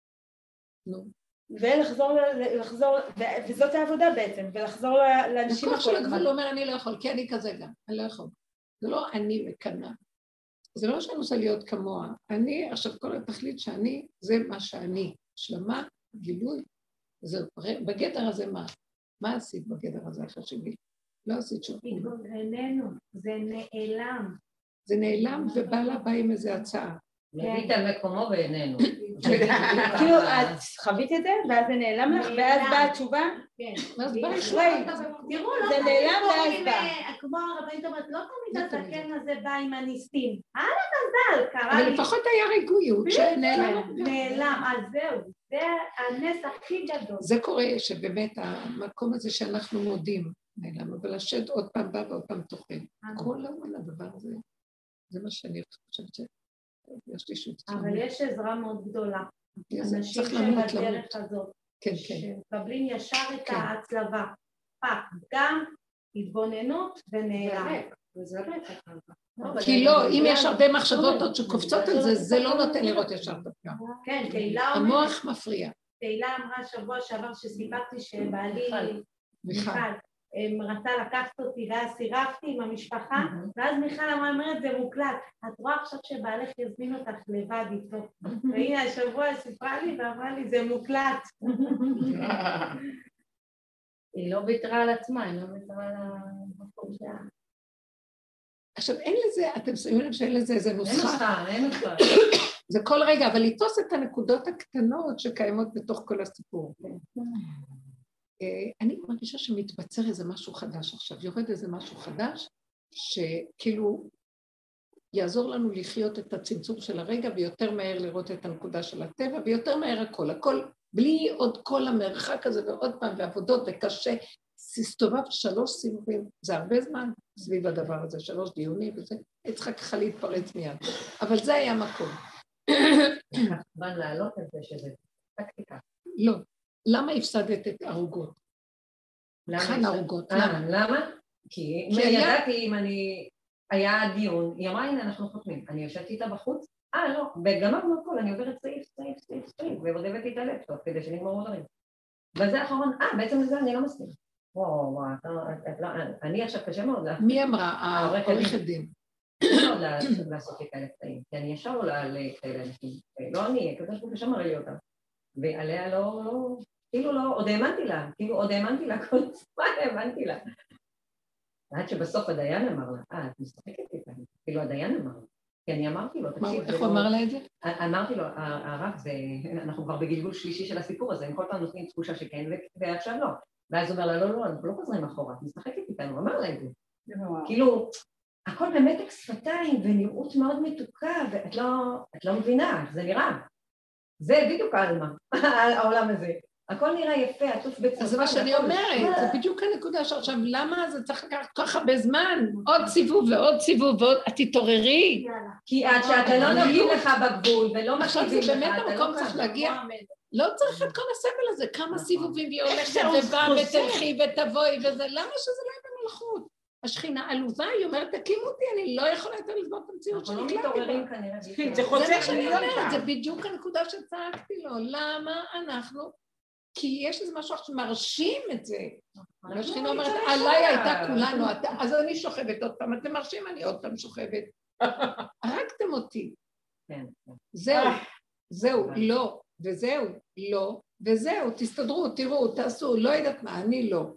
נו. ולחזור, לחזור, וזאת העבודה בעצם, ולחזור לאנשים הכוח של הגבול אומר אני לא יכול, כי אני כזה גם, אני לא יכול. זה לא אני וקנה. זה לא שאני רוצה להיות כמוה. אני, עכשיו כל התכלית שאני, זה מה שאני. שלמה, גילוי, זה בגדר הזה מה? מה עשית בגדר הזה אחרי שלי? לא עשית שום דבר. איננו, זה נעלם. זה נעלם ובא לה בא עם איזו הצעה. נביא את מקומו ואיננו. כאילו, את חווית את זה, ואז זה נעלם לך, ואז באה התשובה? כן. ואז באה תראו, לא זה נעלם ואז בא. כמו הרבנית אומרת, לא תמיד הזקן הזה בא עם הניסים. הלאה מזל, קרה לי. אבל לפחות היה ריגויות שנעלם. נעלם, אז זהו, זה הנס הכי גדול. זה קורה שבאמת המקום הזה שאנחנו מודים נעלם, אבל השד עוד פעם בא ועוד פעם תוכל. כל העולם הדבר הזה, זה מה שאני חושבת ש... יש לי שותפים. אבל יש עזרה מאוד גדולה. אנשים למות, שבדרך הזאת, כן, כן. שמקבלים ישר את ההצלבה. פק, גם התבוננות ונעלם. כי לא, אם יש הרבה מחשבות עוד שקופצות על זה, זה לא נותן לראות ישר את הפגם. כן, תהילה אומרת... המוח מפריע. תהילה אמרה שבוע שעבר שסיפרתי שבעלי... מיכל. רצה לקחת אותי ואז סירבתי עם המשפחה, ואז מיכל אמרה, אומרת, זה מוקלט. את רואה עכשיו שבעלך יזמין אותך לבד איתו. והנה, השבוע סיפרה לי ואמרה לי, זה מוקלט. היא לא ויתרה על עצמה, היא לא ויתרה על המקום שלה. עכשיו, אין לזה, אתם שמים לב שאין לזה איזה נוסחה. אין נוסחה, אין נוסחה. זה כל רגע, אבל לתפוס את הנקודות הקטנות שקיימות בתוך כל הסיפור. אני מרגישה שמתבצר איזה משהו חדש עכשיו, יורד איזה משהו חדש, שכאילו יעזור לנו לחיות את הצמצום של הרגע, ויותר מהר לראות את הנקודה של הטבע, ויותר מהר הכל, הכל, בלי עוד כל המרחק הזה, ועוד פעם, ועבודות, וקשה, הסתובב שלוש סיבובים, זה הרבה זמן סביב הדבר הזה, שלוש דיונים, וזה, היא צריכה ככה להתפרץ מיד, אבל זה היה מקום. זמן לעלות את זה שזה טקטיקה. לא. למה הפסדת את הרוגות? כאן הרוגות, למה? למה? כי אם ידעתי, אם אני... היה דיון, היא אמרה, הנה, אנחנו חותמים. אני יושבת איתה בחוץ, אה, לא, וגמרנו הכל, אני עוברת סעיף, סעיף, סעיף, סעיף, ועודבת איתה לפטופ, כדי שנגמור דברים. וזה האחרון, אה, בעצם לזה אני לא מסכים. וואו, וואו, אני עכשיו קשה מאוד. מי אמרה? העורכת דין. קשה מאוד לעשות לי כאלה קטעים, כי אני ישר עולה לכאלה אנשים. לא אני, כזה שהוא קשה מראה לי אותם. ועליה לא, לא, כאילו לא, עוד האמנתי לה, כאילו עוד האמנתי לה, כל זמן האמנתי לה. עד שבסוף הדיין אמר לה, אה, את משחקת איתה, כאילו הדיין אמר לה, כי אני אמרתי לו, תקשיב, איך הוא אמר לה את זה? אמרתי לו, הרב, אנחנו כבר בגלגול שלישי של הסיפור הזה, הם כל פעם נותנים תחושה שכן, ועכשיו לא. ואז הוא אומר לה, לא, לא, אנחנו לא חוזרים אחורה, את משחקת איתנו, הוא אמר לה את זה. כאילו, הכל במתק שפתיים ונראות מאוד מתוקה, ואת לא מבינה איך זה נראה. זה בדיוק העלמה, העולם הזה. הכל נראה יפה, עטוף בצופה. אז זה מה שאני אומרת, זה בדיוק הנקודה שעכשיו, למה זה צריך לקחת כל כך הרבה זמן? עוד סיבוב ועוד סיבוב ועוד, את תתעוררי. כי עד שאתה לא נוגעים לך בגבול ולא מקשיבים לך, עכשיו זה באמת המקום צריך להגיע, לא צריך את כל הסבל הזה, כמה סיבובים והיא הולכת ובאה ותלכי ותבואי וזה, למה שזה לא יהיה במלכות? השכינה עלובה, היא אומרת, תקימו אותי, אני לא יכולה יותר לסבור את המציאות שאני מתעוררים כנראה. זה חוזר מה שאני אומרת, זה בדיוק הנקודה שצעקתי לו, למה אנחנו, כי יש איזה משהו שמרשים את זה. והשכינה אומרת, עליי הייתה כולנו, אז אני שוכבת עוד פעם, אתם מרשים, אני עוד פעם שוכבת. הרגתם אותי. זהו, זהו, לא, וזהו, לא, וזהו, תסתדרו, תראו, תעשו, לא יודעת מה, אני לא.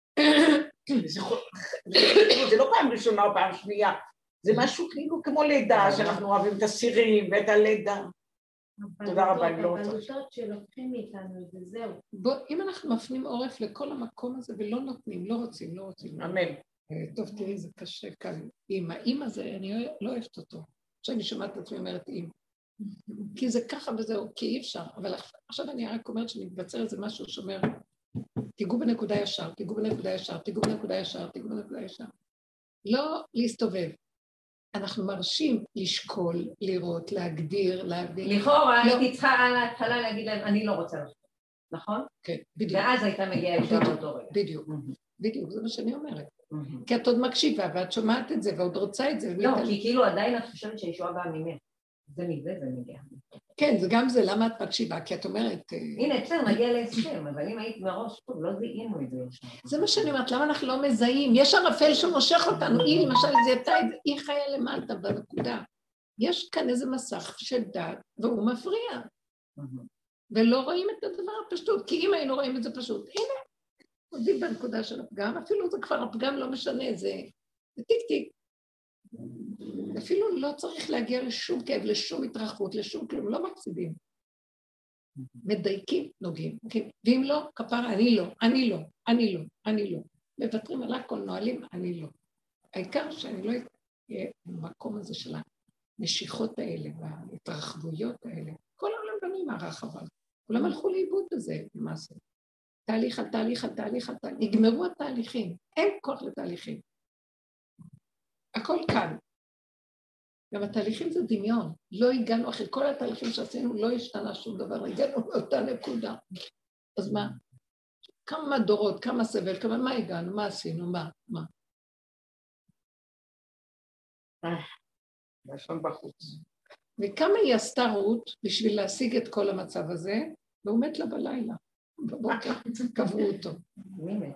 זה לא פעם ראשונה או פעם שנייה, זה משהו כאילו כמו לידה, שאנחנו אוהבים את הסירים ואת הלידה. תודה רבה, אני לא רוצה. הבלוטות שלוקחים מאיתנו, וזהו. בוא, אם אנחנו מפנים עורף לכל המקום הזה ולא נותנים, לא רוצים, לא רוצים. אמן. טוב, תראי, זה קשה כאן. עם האמא הזה, אני לא אוהבת אותו. כשאני שומעת את עצמי אומרת אמא. כי זה ככה וזהו, כי אי אפשר. אבל עכשיו אני רק אומרת שמתבצר איזה משהו שאומר, תיגעו בנקודה ישר, תיגעו בנקודה ישר, תיגעו בנקודה ישר, תיגעו בנקודה ישר. לא להסתובב. אנחנו מרשים לשקול, לראות, להגדיר, להגדיר. לכאורה, הייתי צריכה על ההתחלה להגיד להם, אני לא רוצה לחשוב. נכון? כן, בדיוק. ואז הייתה מגיעה ישר באותו רגע. בדיוק, בדיוק, זה מה שאני אומרת. כי את עוד מקשיבה, ואת שומעת את זה, ועוד רוצה את זה. לא, כי כאילו עדיין את חושבת שהישועה באה ממך. זה מזה, זה מגיע. כן, זה גם זה, למה את מקשיבה? כי את אומרת... הנה, בסדר, מגיע להסכם, אבל אם היית מראש, טוב, לא זיהינו את זה. זה מה שאני אומרת, למה אנחנו לא מזהים? יש ערפל שמושך אותנו, היא למשל זיהתה, היא חיה למטה בנקודה. יש כאן איזה מסך של דת, והוא מפריע. ולא רואים את הדבר הפשוט, כי אם היינו רואים את זה פשוט, הנה, עודים בנקודה של הפגם, אפילו זה כבר הפגם לא משנה, זה טיק טיק. אפילו לא צריך להגיע לשום כאב, לשום התרחבות, לשום כלום, לא מפסידים. מדייקים, נוגעים. ואם לא, כפרה, אני לא, אני לא, אני לא, אני לא. מבטרים על הכל, נועלים, אני לא. העיקר שאני לא אהיה במקום הזה של המשיכות האלה, וההתרחבויות האלה. כל העולם בנוי מערך אבל. כולם הלכו לאיבוד בזה, למעשה. תהליך על תהליך על תהליך על תהליך. נגמרו התהליכים, אין כוח לתהליכים. הכל כאן. גם התהליכים זה דמיון. לא הגענו, אחרי כל התהליכים שעשינו, לא השתנה שום דבר, הגענו לאותה נקודה. אז מה? כמה דורות, כמה סבל, כמה, מה הגענו, מה עשינו, מה, מה? לשון בחוץ. וכמה היא עשתה רות בשביל להשיג את כל המצב הזה, והוא מת לה בלילה. בבוקר קבעו אותו. מי מת?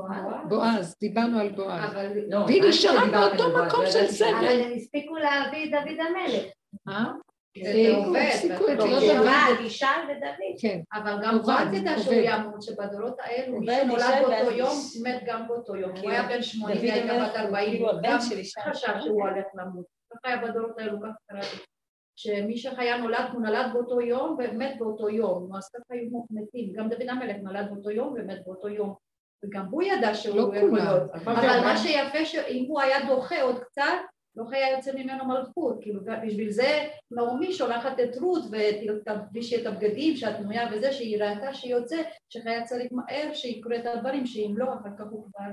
בועז, דיברנו על בועז. לא, והיא נשארה באותו מקום של סבל. אבל הם הספיקו להביא את דוד המלך. אה? זה עובד. הפסיקו את לא לא דוד, דוד. ישי ודוד. כן. אבל גם בועז ידע שהוא ימות, שבדורות האלו, מי שנולד באותו יום, מת גם באותו יום. הוא היה בן שמונים, היא הייתה בת ארבעים, גם חשב שהוא הולך למות. ככה היה בדורות האלו, ככה קראתי. שמי שהיה נולד, הוא נולד באותו יום ומת באותו יום. אז ככה היו מתים. גם דוד המלך נולד באותו יום ומת באותו יום. וגם הוא ידע שהוא יכול להיות. אבל מה שיפה, שאם הוא היה דוחה עוד קצת, לא היה יוצא ממנו מלכות. כאילו, בשביל זה נעמי שולחת את רות ותלבישי את הבגדים שאת נויה וזה, שהיא ראתה שיוצא, שהיה צריך מהר שיקרא את הדברים, שאם לא, אחר כך הוא כבר...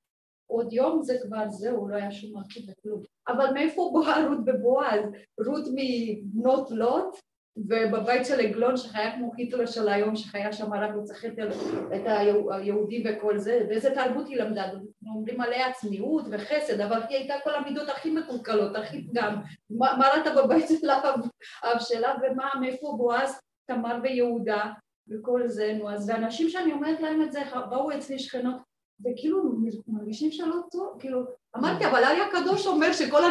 עוד יום זה כבר זהו, לא היה שום מלכות וכלום. אבל מאיפה בואה רות בבועז? רות מבנות לוט, ובבית של עגלון שחיה כמו היטלר של היום, שחיה שם רק וצריך את היהודים וכל זה, ואיזה תרבות היא למדה, אומרים עליה צניעות וחסד, אבל היא הייתה כל המידות הכי מקולקלות, הכי פגם, מה ראתה בבית של האב שלה, ומה, מאיפה בועז, תמר ויהודה, וכל זה, נו, אז האנשים שאני אומרת להם את זה, באו אצלי שכנות, וכאילו מרגישים שלא טוב, כאילו, אמרתי, אבל אריה הקדוש אומר שכל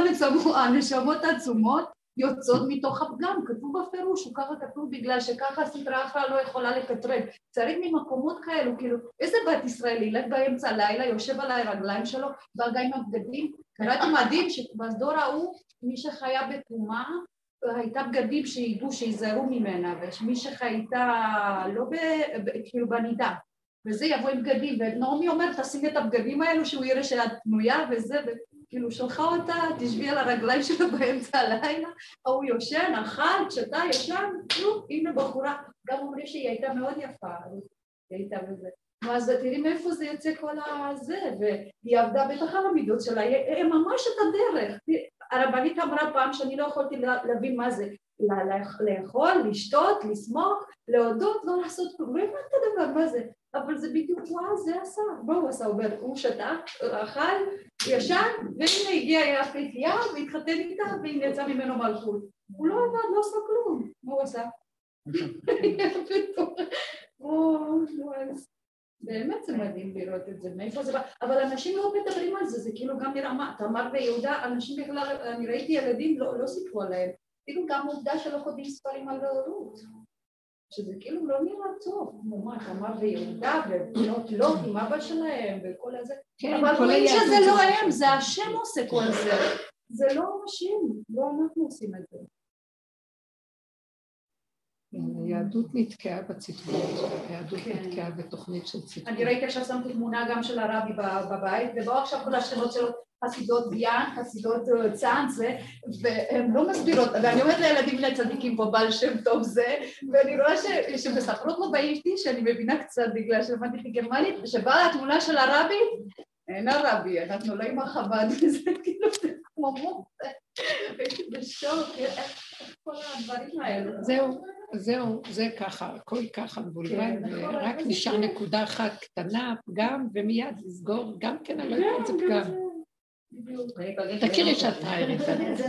הנשמות העצומות יוצאות מתוך הפגם, כתוב בפירוש, הוא ככה כתוב בגלל שככה הסדרה אחרה לא יכולה לקטרג. צריך ממקומות כאלו, כאילו, איזה בת ישראלי, ילך באמצע הלילה, יושב על הרגליים שלו, בהגה עם הבגדים, קראתי מדהים שבסדור ההוא, מי שחיה בתרומה, הייתה בגדים שידעו, שיזהרו ממנה, ומי שחייתה לא ב, כאילו בנידה. וזה יבוא עם בגדים, ונעמי אומר, תשים את הבגדים האלו שהוא יראה שאת פנויה וזה, וכאילו שלחה אותה, תשבי על הרגליים שלו באמצע הלילה, הוא יושן, אכל, שתה, ישן, כלום, הנה בחורה, גם אומרים שהיא הייתה מאוד יפה, היא הייתה בזה. נו, אז תראי מאיפה זה יוצא כל הזה, והיא עבדה בטח על המידות שלה, היא ממש את הדרך. הרבנית אמרה פעם שאני לא יכולתי להבין מה זה, לאכול, לשתות, לשמוח, להודות, לא לעשות כלום, לא הבנת הדבר, מה זה? אבל זה בדיוק, וואו, זה עשה, מה הוא עשה? הוא שתה, אכל, ישן, והנה הגיעה היפהפייה, והתחתן איתה, והיא יצאה ממנו מלכות. הוא לא עבד, לא עשה כלום. מה הוא עשה? באמת זה מדהים לראות את זה, מאיפה זה בא, אבל אנשים לא מדברים על זה, זה כאילו גם נראה מה, תמר ויהודה, אנשים בכלל, אני ראיתי ילדים, לא סיפרו עליהם, כאילו גם עובדה שלא כותבים ספרים על רות, שזה כאילו לא נראה טוב, כמו מה, תמר ויהודה, ובנות לוט עם אבא שלהם, וכל הזה, אבל רואים שזה לא הם, זה השם עושה כל זה, זה לא אנשים, לא אנחנו עושים את זה. היהדות נתקעה בציטוט, היהדות נתקעה בתוכנית של ציטוט. אני ראיתי עכשיו שמתי תמונה גם של הרבי בבית, ובאו עכשיו כל השכנות שלו חסידות ביאן, חסידות צאנץ, והן לא מסבירות, ואני אומרת לילדים בני צדיקים פה בעל שם טוב זה, ואני רואה שמספרות לו באישתי שאני מבינה קצת בגלל שלמדתי גרמנית, ושבאה התמונה של הרבי, אין הרבי, אנחנו לא עם החב"ד, וזה כאילו כמו מות, בשוק, איך כל הדברים האלו. זהו. זהו, זה ככה, הכל ככה מבולבל, ורק נשאר נקודה אחת קטנה, פגם, ומיד לסגור, גם כן, אני לא יודעת, זה פגם. תכירי שאת טיירית.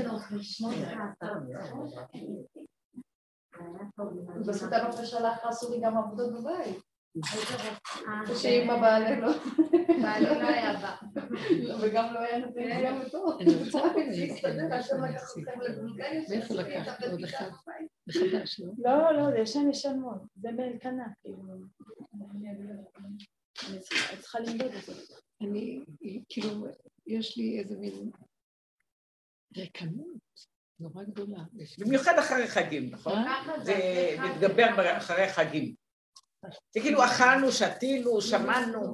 בסוף הרופא שלך עשו לי גם עבודות בבית. שאמא בעלה לא. בעלה לא היה בא. וגם לא היה נותן לי גם אותו. אני רוצה מאיפה לקחת עוד אחד? מחדש, לא? לא, לא, זה ישן ישן מאוד. זה באלקנה, כאילו. אני צריכה למדוד את זה. אני, כאילו, יש לי איזה מין רקנות נורא גדולה. במיוחד אחרי חגים, נכון? זה מתגבר אחרי חגים. זה כאילו אכלנו, שתינו, שמענו.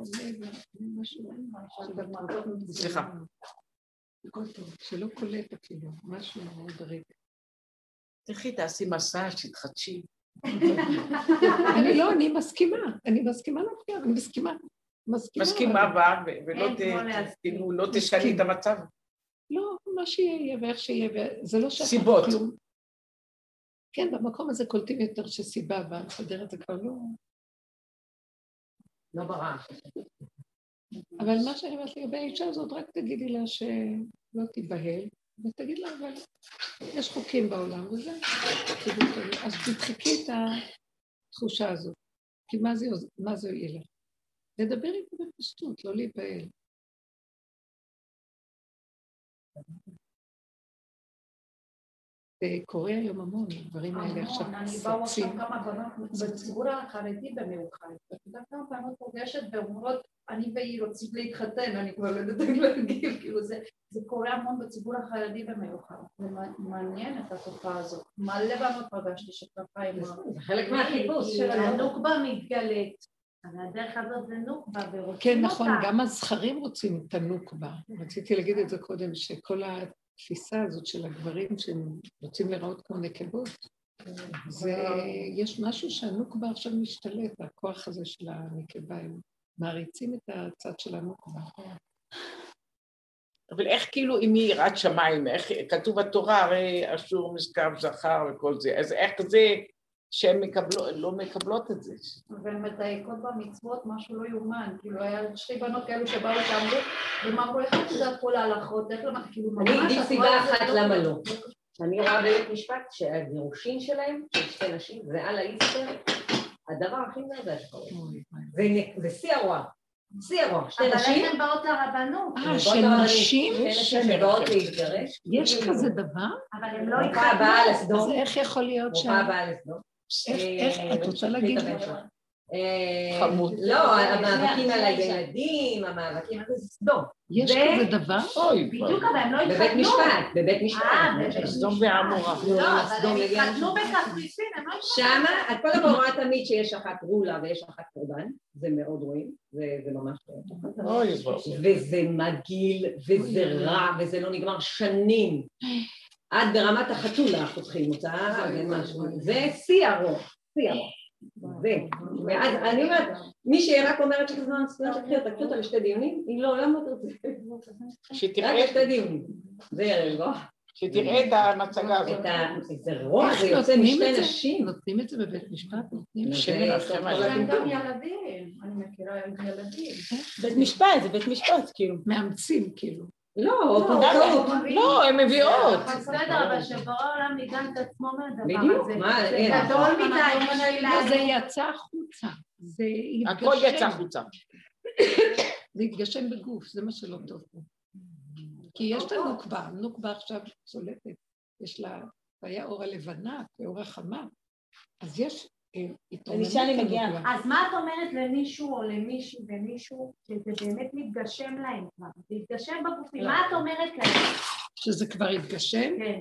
סליחה. שלא קולט אפילו, משהו מאוד רגע. תלכי, תעשי מסע, שתחדשי. אני לא, אני מסכימה, אני מסכימה לפגר, אני מסכימה. מסכימה בה, ולא תשני את המצב. לא, מה שיהיה ואיך שיהיה, וזה לא שאתה סיבות. כן, במקום הזה קולטים יותר שסיבה והמסדר את זה כבר לא... לא ברע. אבל מה שאני אומרת לגבי האישה הזאת, רק תגידי לה שלא תיבהל, ותגיד לה, אבל יש חוקים בעולם, וזה, אז תדחקי את התחושה הזאת, כי מה זה, מה זה יהיה לך? לדבר איתה בפשטות, לא להיבהל. זה קורה היום המון, דברים האלה עכשיו אני באו עכשיו כמה בנות בציבור החרדי במיוחד, ואתה יודע כמה פעמים פוגשת ואומרות, אני והיא רוצים להתחתן, אני כבר לא יודעת להגיב, כאילו זה קורה המון בציבור החרדי במיוחד, זה מעניין את התופעה הזאת, מלא בנות פגשתי שככה עם זה חלק מהחיפוש של הנוקבה מתגלית, אבל הדרך הזאת זה נוקבה ורוצים אותה. כן, נכון, גם הזכרים רוצים את הנוקבה, רציתי להגיד את זה קודם, שכל ה... התפיסה הזאת של הגברים שהם רוצים לראות כמו נקבות, זה, יש משהו שהנוקבה עכשיו משתלט, הכוח הזה של הנקבה, הם מעריצים את הצד של הנוקבה. אבל איך כאילו אם היא יראת שמיים, איך כתוב בתורה, הרי אשור משכב זכר וכל זה, אז איך זה שהן מקבלות, לא מקבלות את זה? והן מדייקות במצוות, משהו לא יאומן, כאילו היה שתי בנות כאלו שבאו שאמרו, והם אמרו, איך את יודעת כל ההלכות, איך למה, כאילו ממש... אני אגיד סיבה אחת למה לא. אני רואה בבית משפט שהגירושין שלהם, של שתי נשים, זה על האיסטר, הדבר הכי נראה שקורה. זה שיא הרוע. שיא הרוע, שתי נשים. אבל איך הן באות לרבנות? אה, של נשים? שבאות להתגרש. יש כזה דבר? אבל הן לא מופע הבאה אז לסדום. איך יכול להיות ש... מופע הבאה לסדום. איך, את רוצה להגיד? חמוד. לא, המאבקים על הילדים, המאבקים על זה סדום. יש כזה דבר? אוי, בדיוק, אבל הם לא התחתנו. בבית משפט, בבית משפט. סדום ועמורה. לא, אבל הם התחתנו בקפריסין, הם לא התחתנו. שמה, את כל הזמן רואה תמיד שיש אחת רולה ויש אחת קורבן, זה מאוד רואים, זה ממש רואים. וזה מגעיל, וזה רע, וזה לא נגמר שנים. עד ברמת החתולה חותכים אותה, זה משהו. זה שיא הרוע, שיא הרוע. זה. ואז אני אומרת, מי שרק אומרת שכזה זמן ספויה שתקחי אותה, תקחי אותה לשתי דיונים, היא לא, למה אתה רוצה? רק לשתי דיונים. זה לא. שתראה את המצגה הזאת. זה רוע, זה יוצא משתי נשים. נותנים את זה בבית משפט, נותנים שמן לכם על יש גם ילדים, אני מכירה ילדים. בית משפט, זה בית משפט, כאילו. מאמצים, כאילו. לא, לא, הן מביאות. בסדר, אבל שבורא העולם ניגן את עצמו מהדבר הזה. בדיוק, מה, זה אין. גדול מדי בשביל לא, זה יצא החוצה. זה הכל יצא התגשם. החוצה. זה התגשם בגוף, זה מה שלא טוב פה. כי יש את הנוקבה, הנוקבה עכשיו צולטת, יש לה, היה אור הלבנה, ואור החמה, אז יש התרוממות הנוקבה. אז מה את אומרת למישהו או למישהו ומישהו שזה באמת מתגשם להם כבר? זה התגשם בגופים, מה את אומרת להם? שזה כבר התגשם? כן.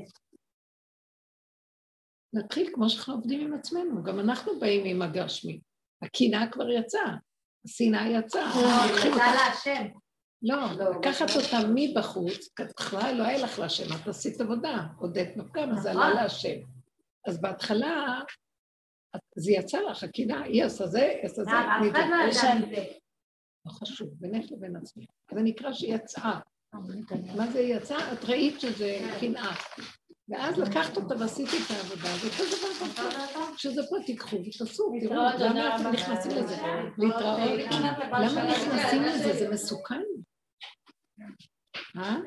נתחיל כמו שאנחנו עובדים עם עצמנו, גם אנחנו באים עם הגשמי. הקנאה כבר יצאה, השנאה יצאה. לא, יצא להשם. לא, לקחת אותה מבחוץ, בכלל לא היה לך להשם, את עשית עבודה, עודדת נוקם, אז זה עלה להשם. אז בהתחלה, זה יצא לך, הקנאה, היא עושה זה, היא עושה זה. אף אחד לא ידע מזה. לא חשוב, בינך לבין עצמי. זה נקרא שיצאה. מה זה יצא? את ראית שזה קנאה. ואז לקחת אותה ועשיתי את העבודה, ואותו דבר כבר, שזה פה תיקחו ותעשו, תראו, למה אתם נכנסים לזה? להתראות. למה נכנסים לזה? זה מסוכן. אה?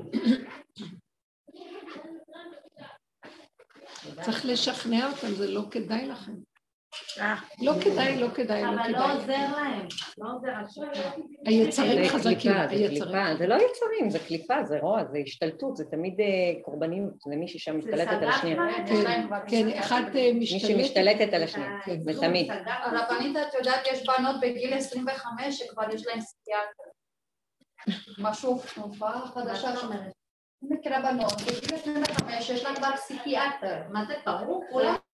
צריך לשכנע אותם, זה לא כדאי לכם. לא כדאי, לא כדאי, לא כדאי. אבל לא עוזר להם, לא עוזר השם. היצרים חזקים, היצרים. זה לא יצרים, זה קליפה, זה רוע, זה השתלטות, זה תמיד קורבנים, זה מישהי שם משתלטת על השנייה. כן, אחד משתלטת. מישהי משתלטת על השנייה, זה תמיד. הרבנית, את יודעת, יש בנות בגיל עשרים וחמש שכבר יש להן פסיכיאטר. משהו, תנופה חדשה שאומרת. אני מכירה בנות, בגיל עשרים וחמש יש לה כבר פסיכיאטר. מה זה ברור? כולם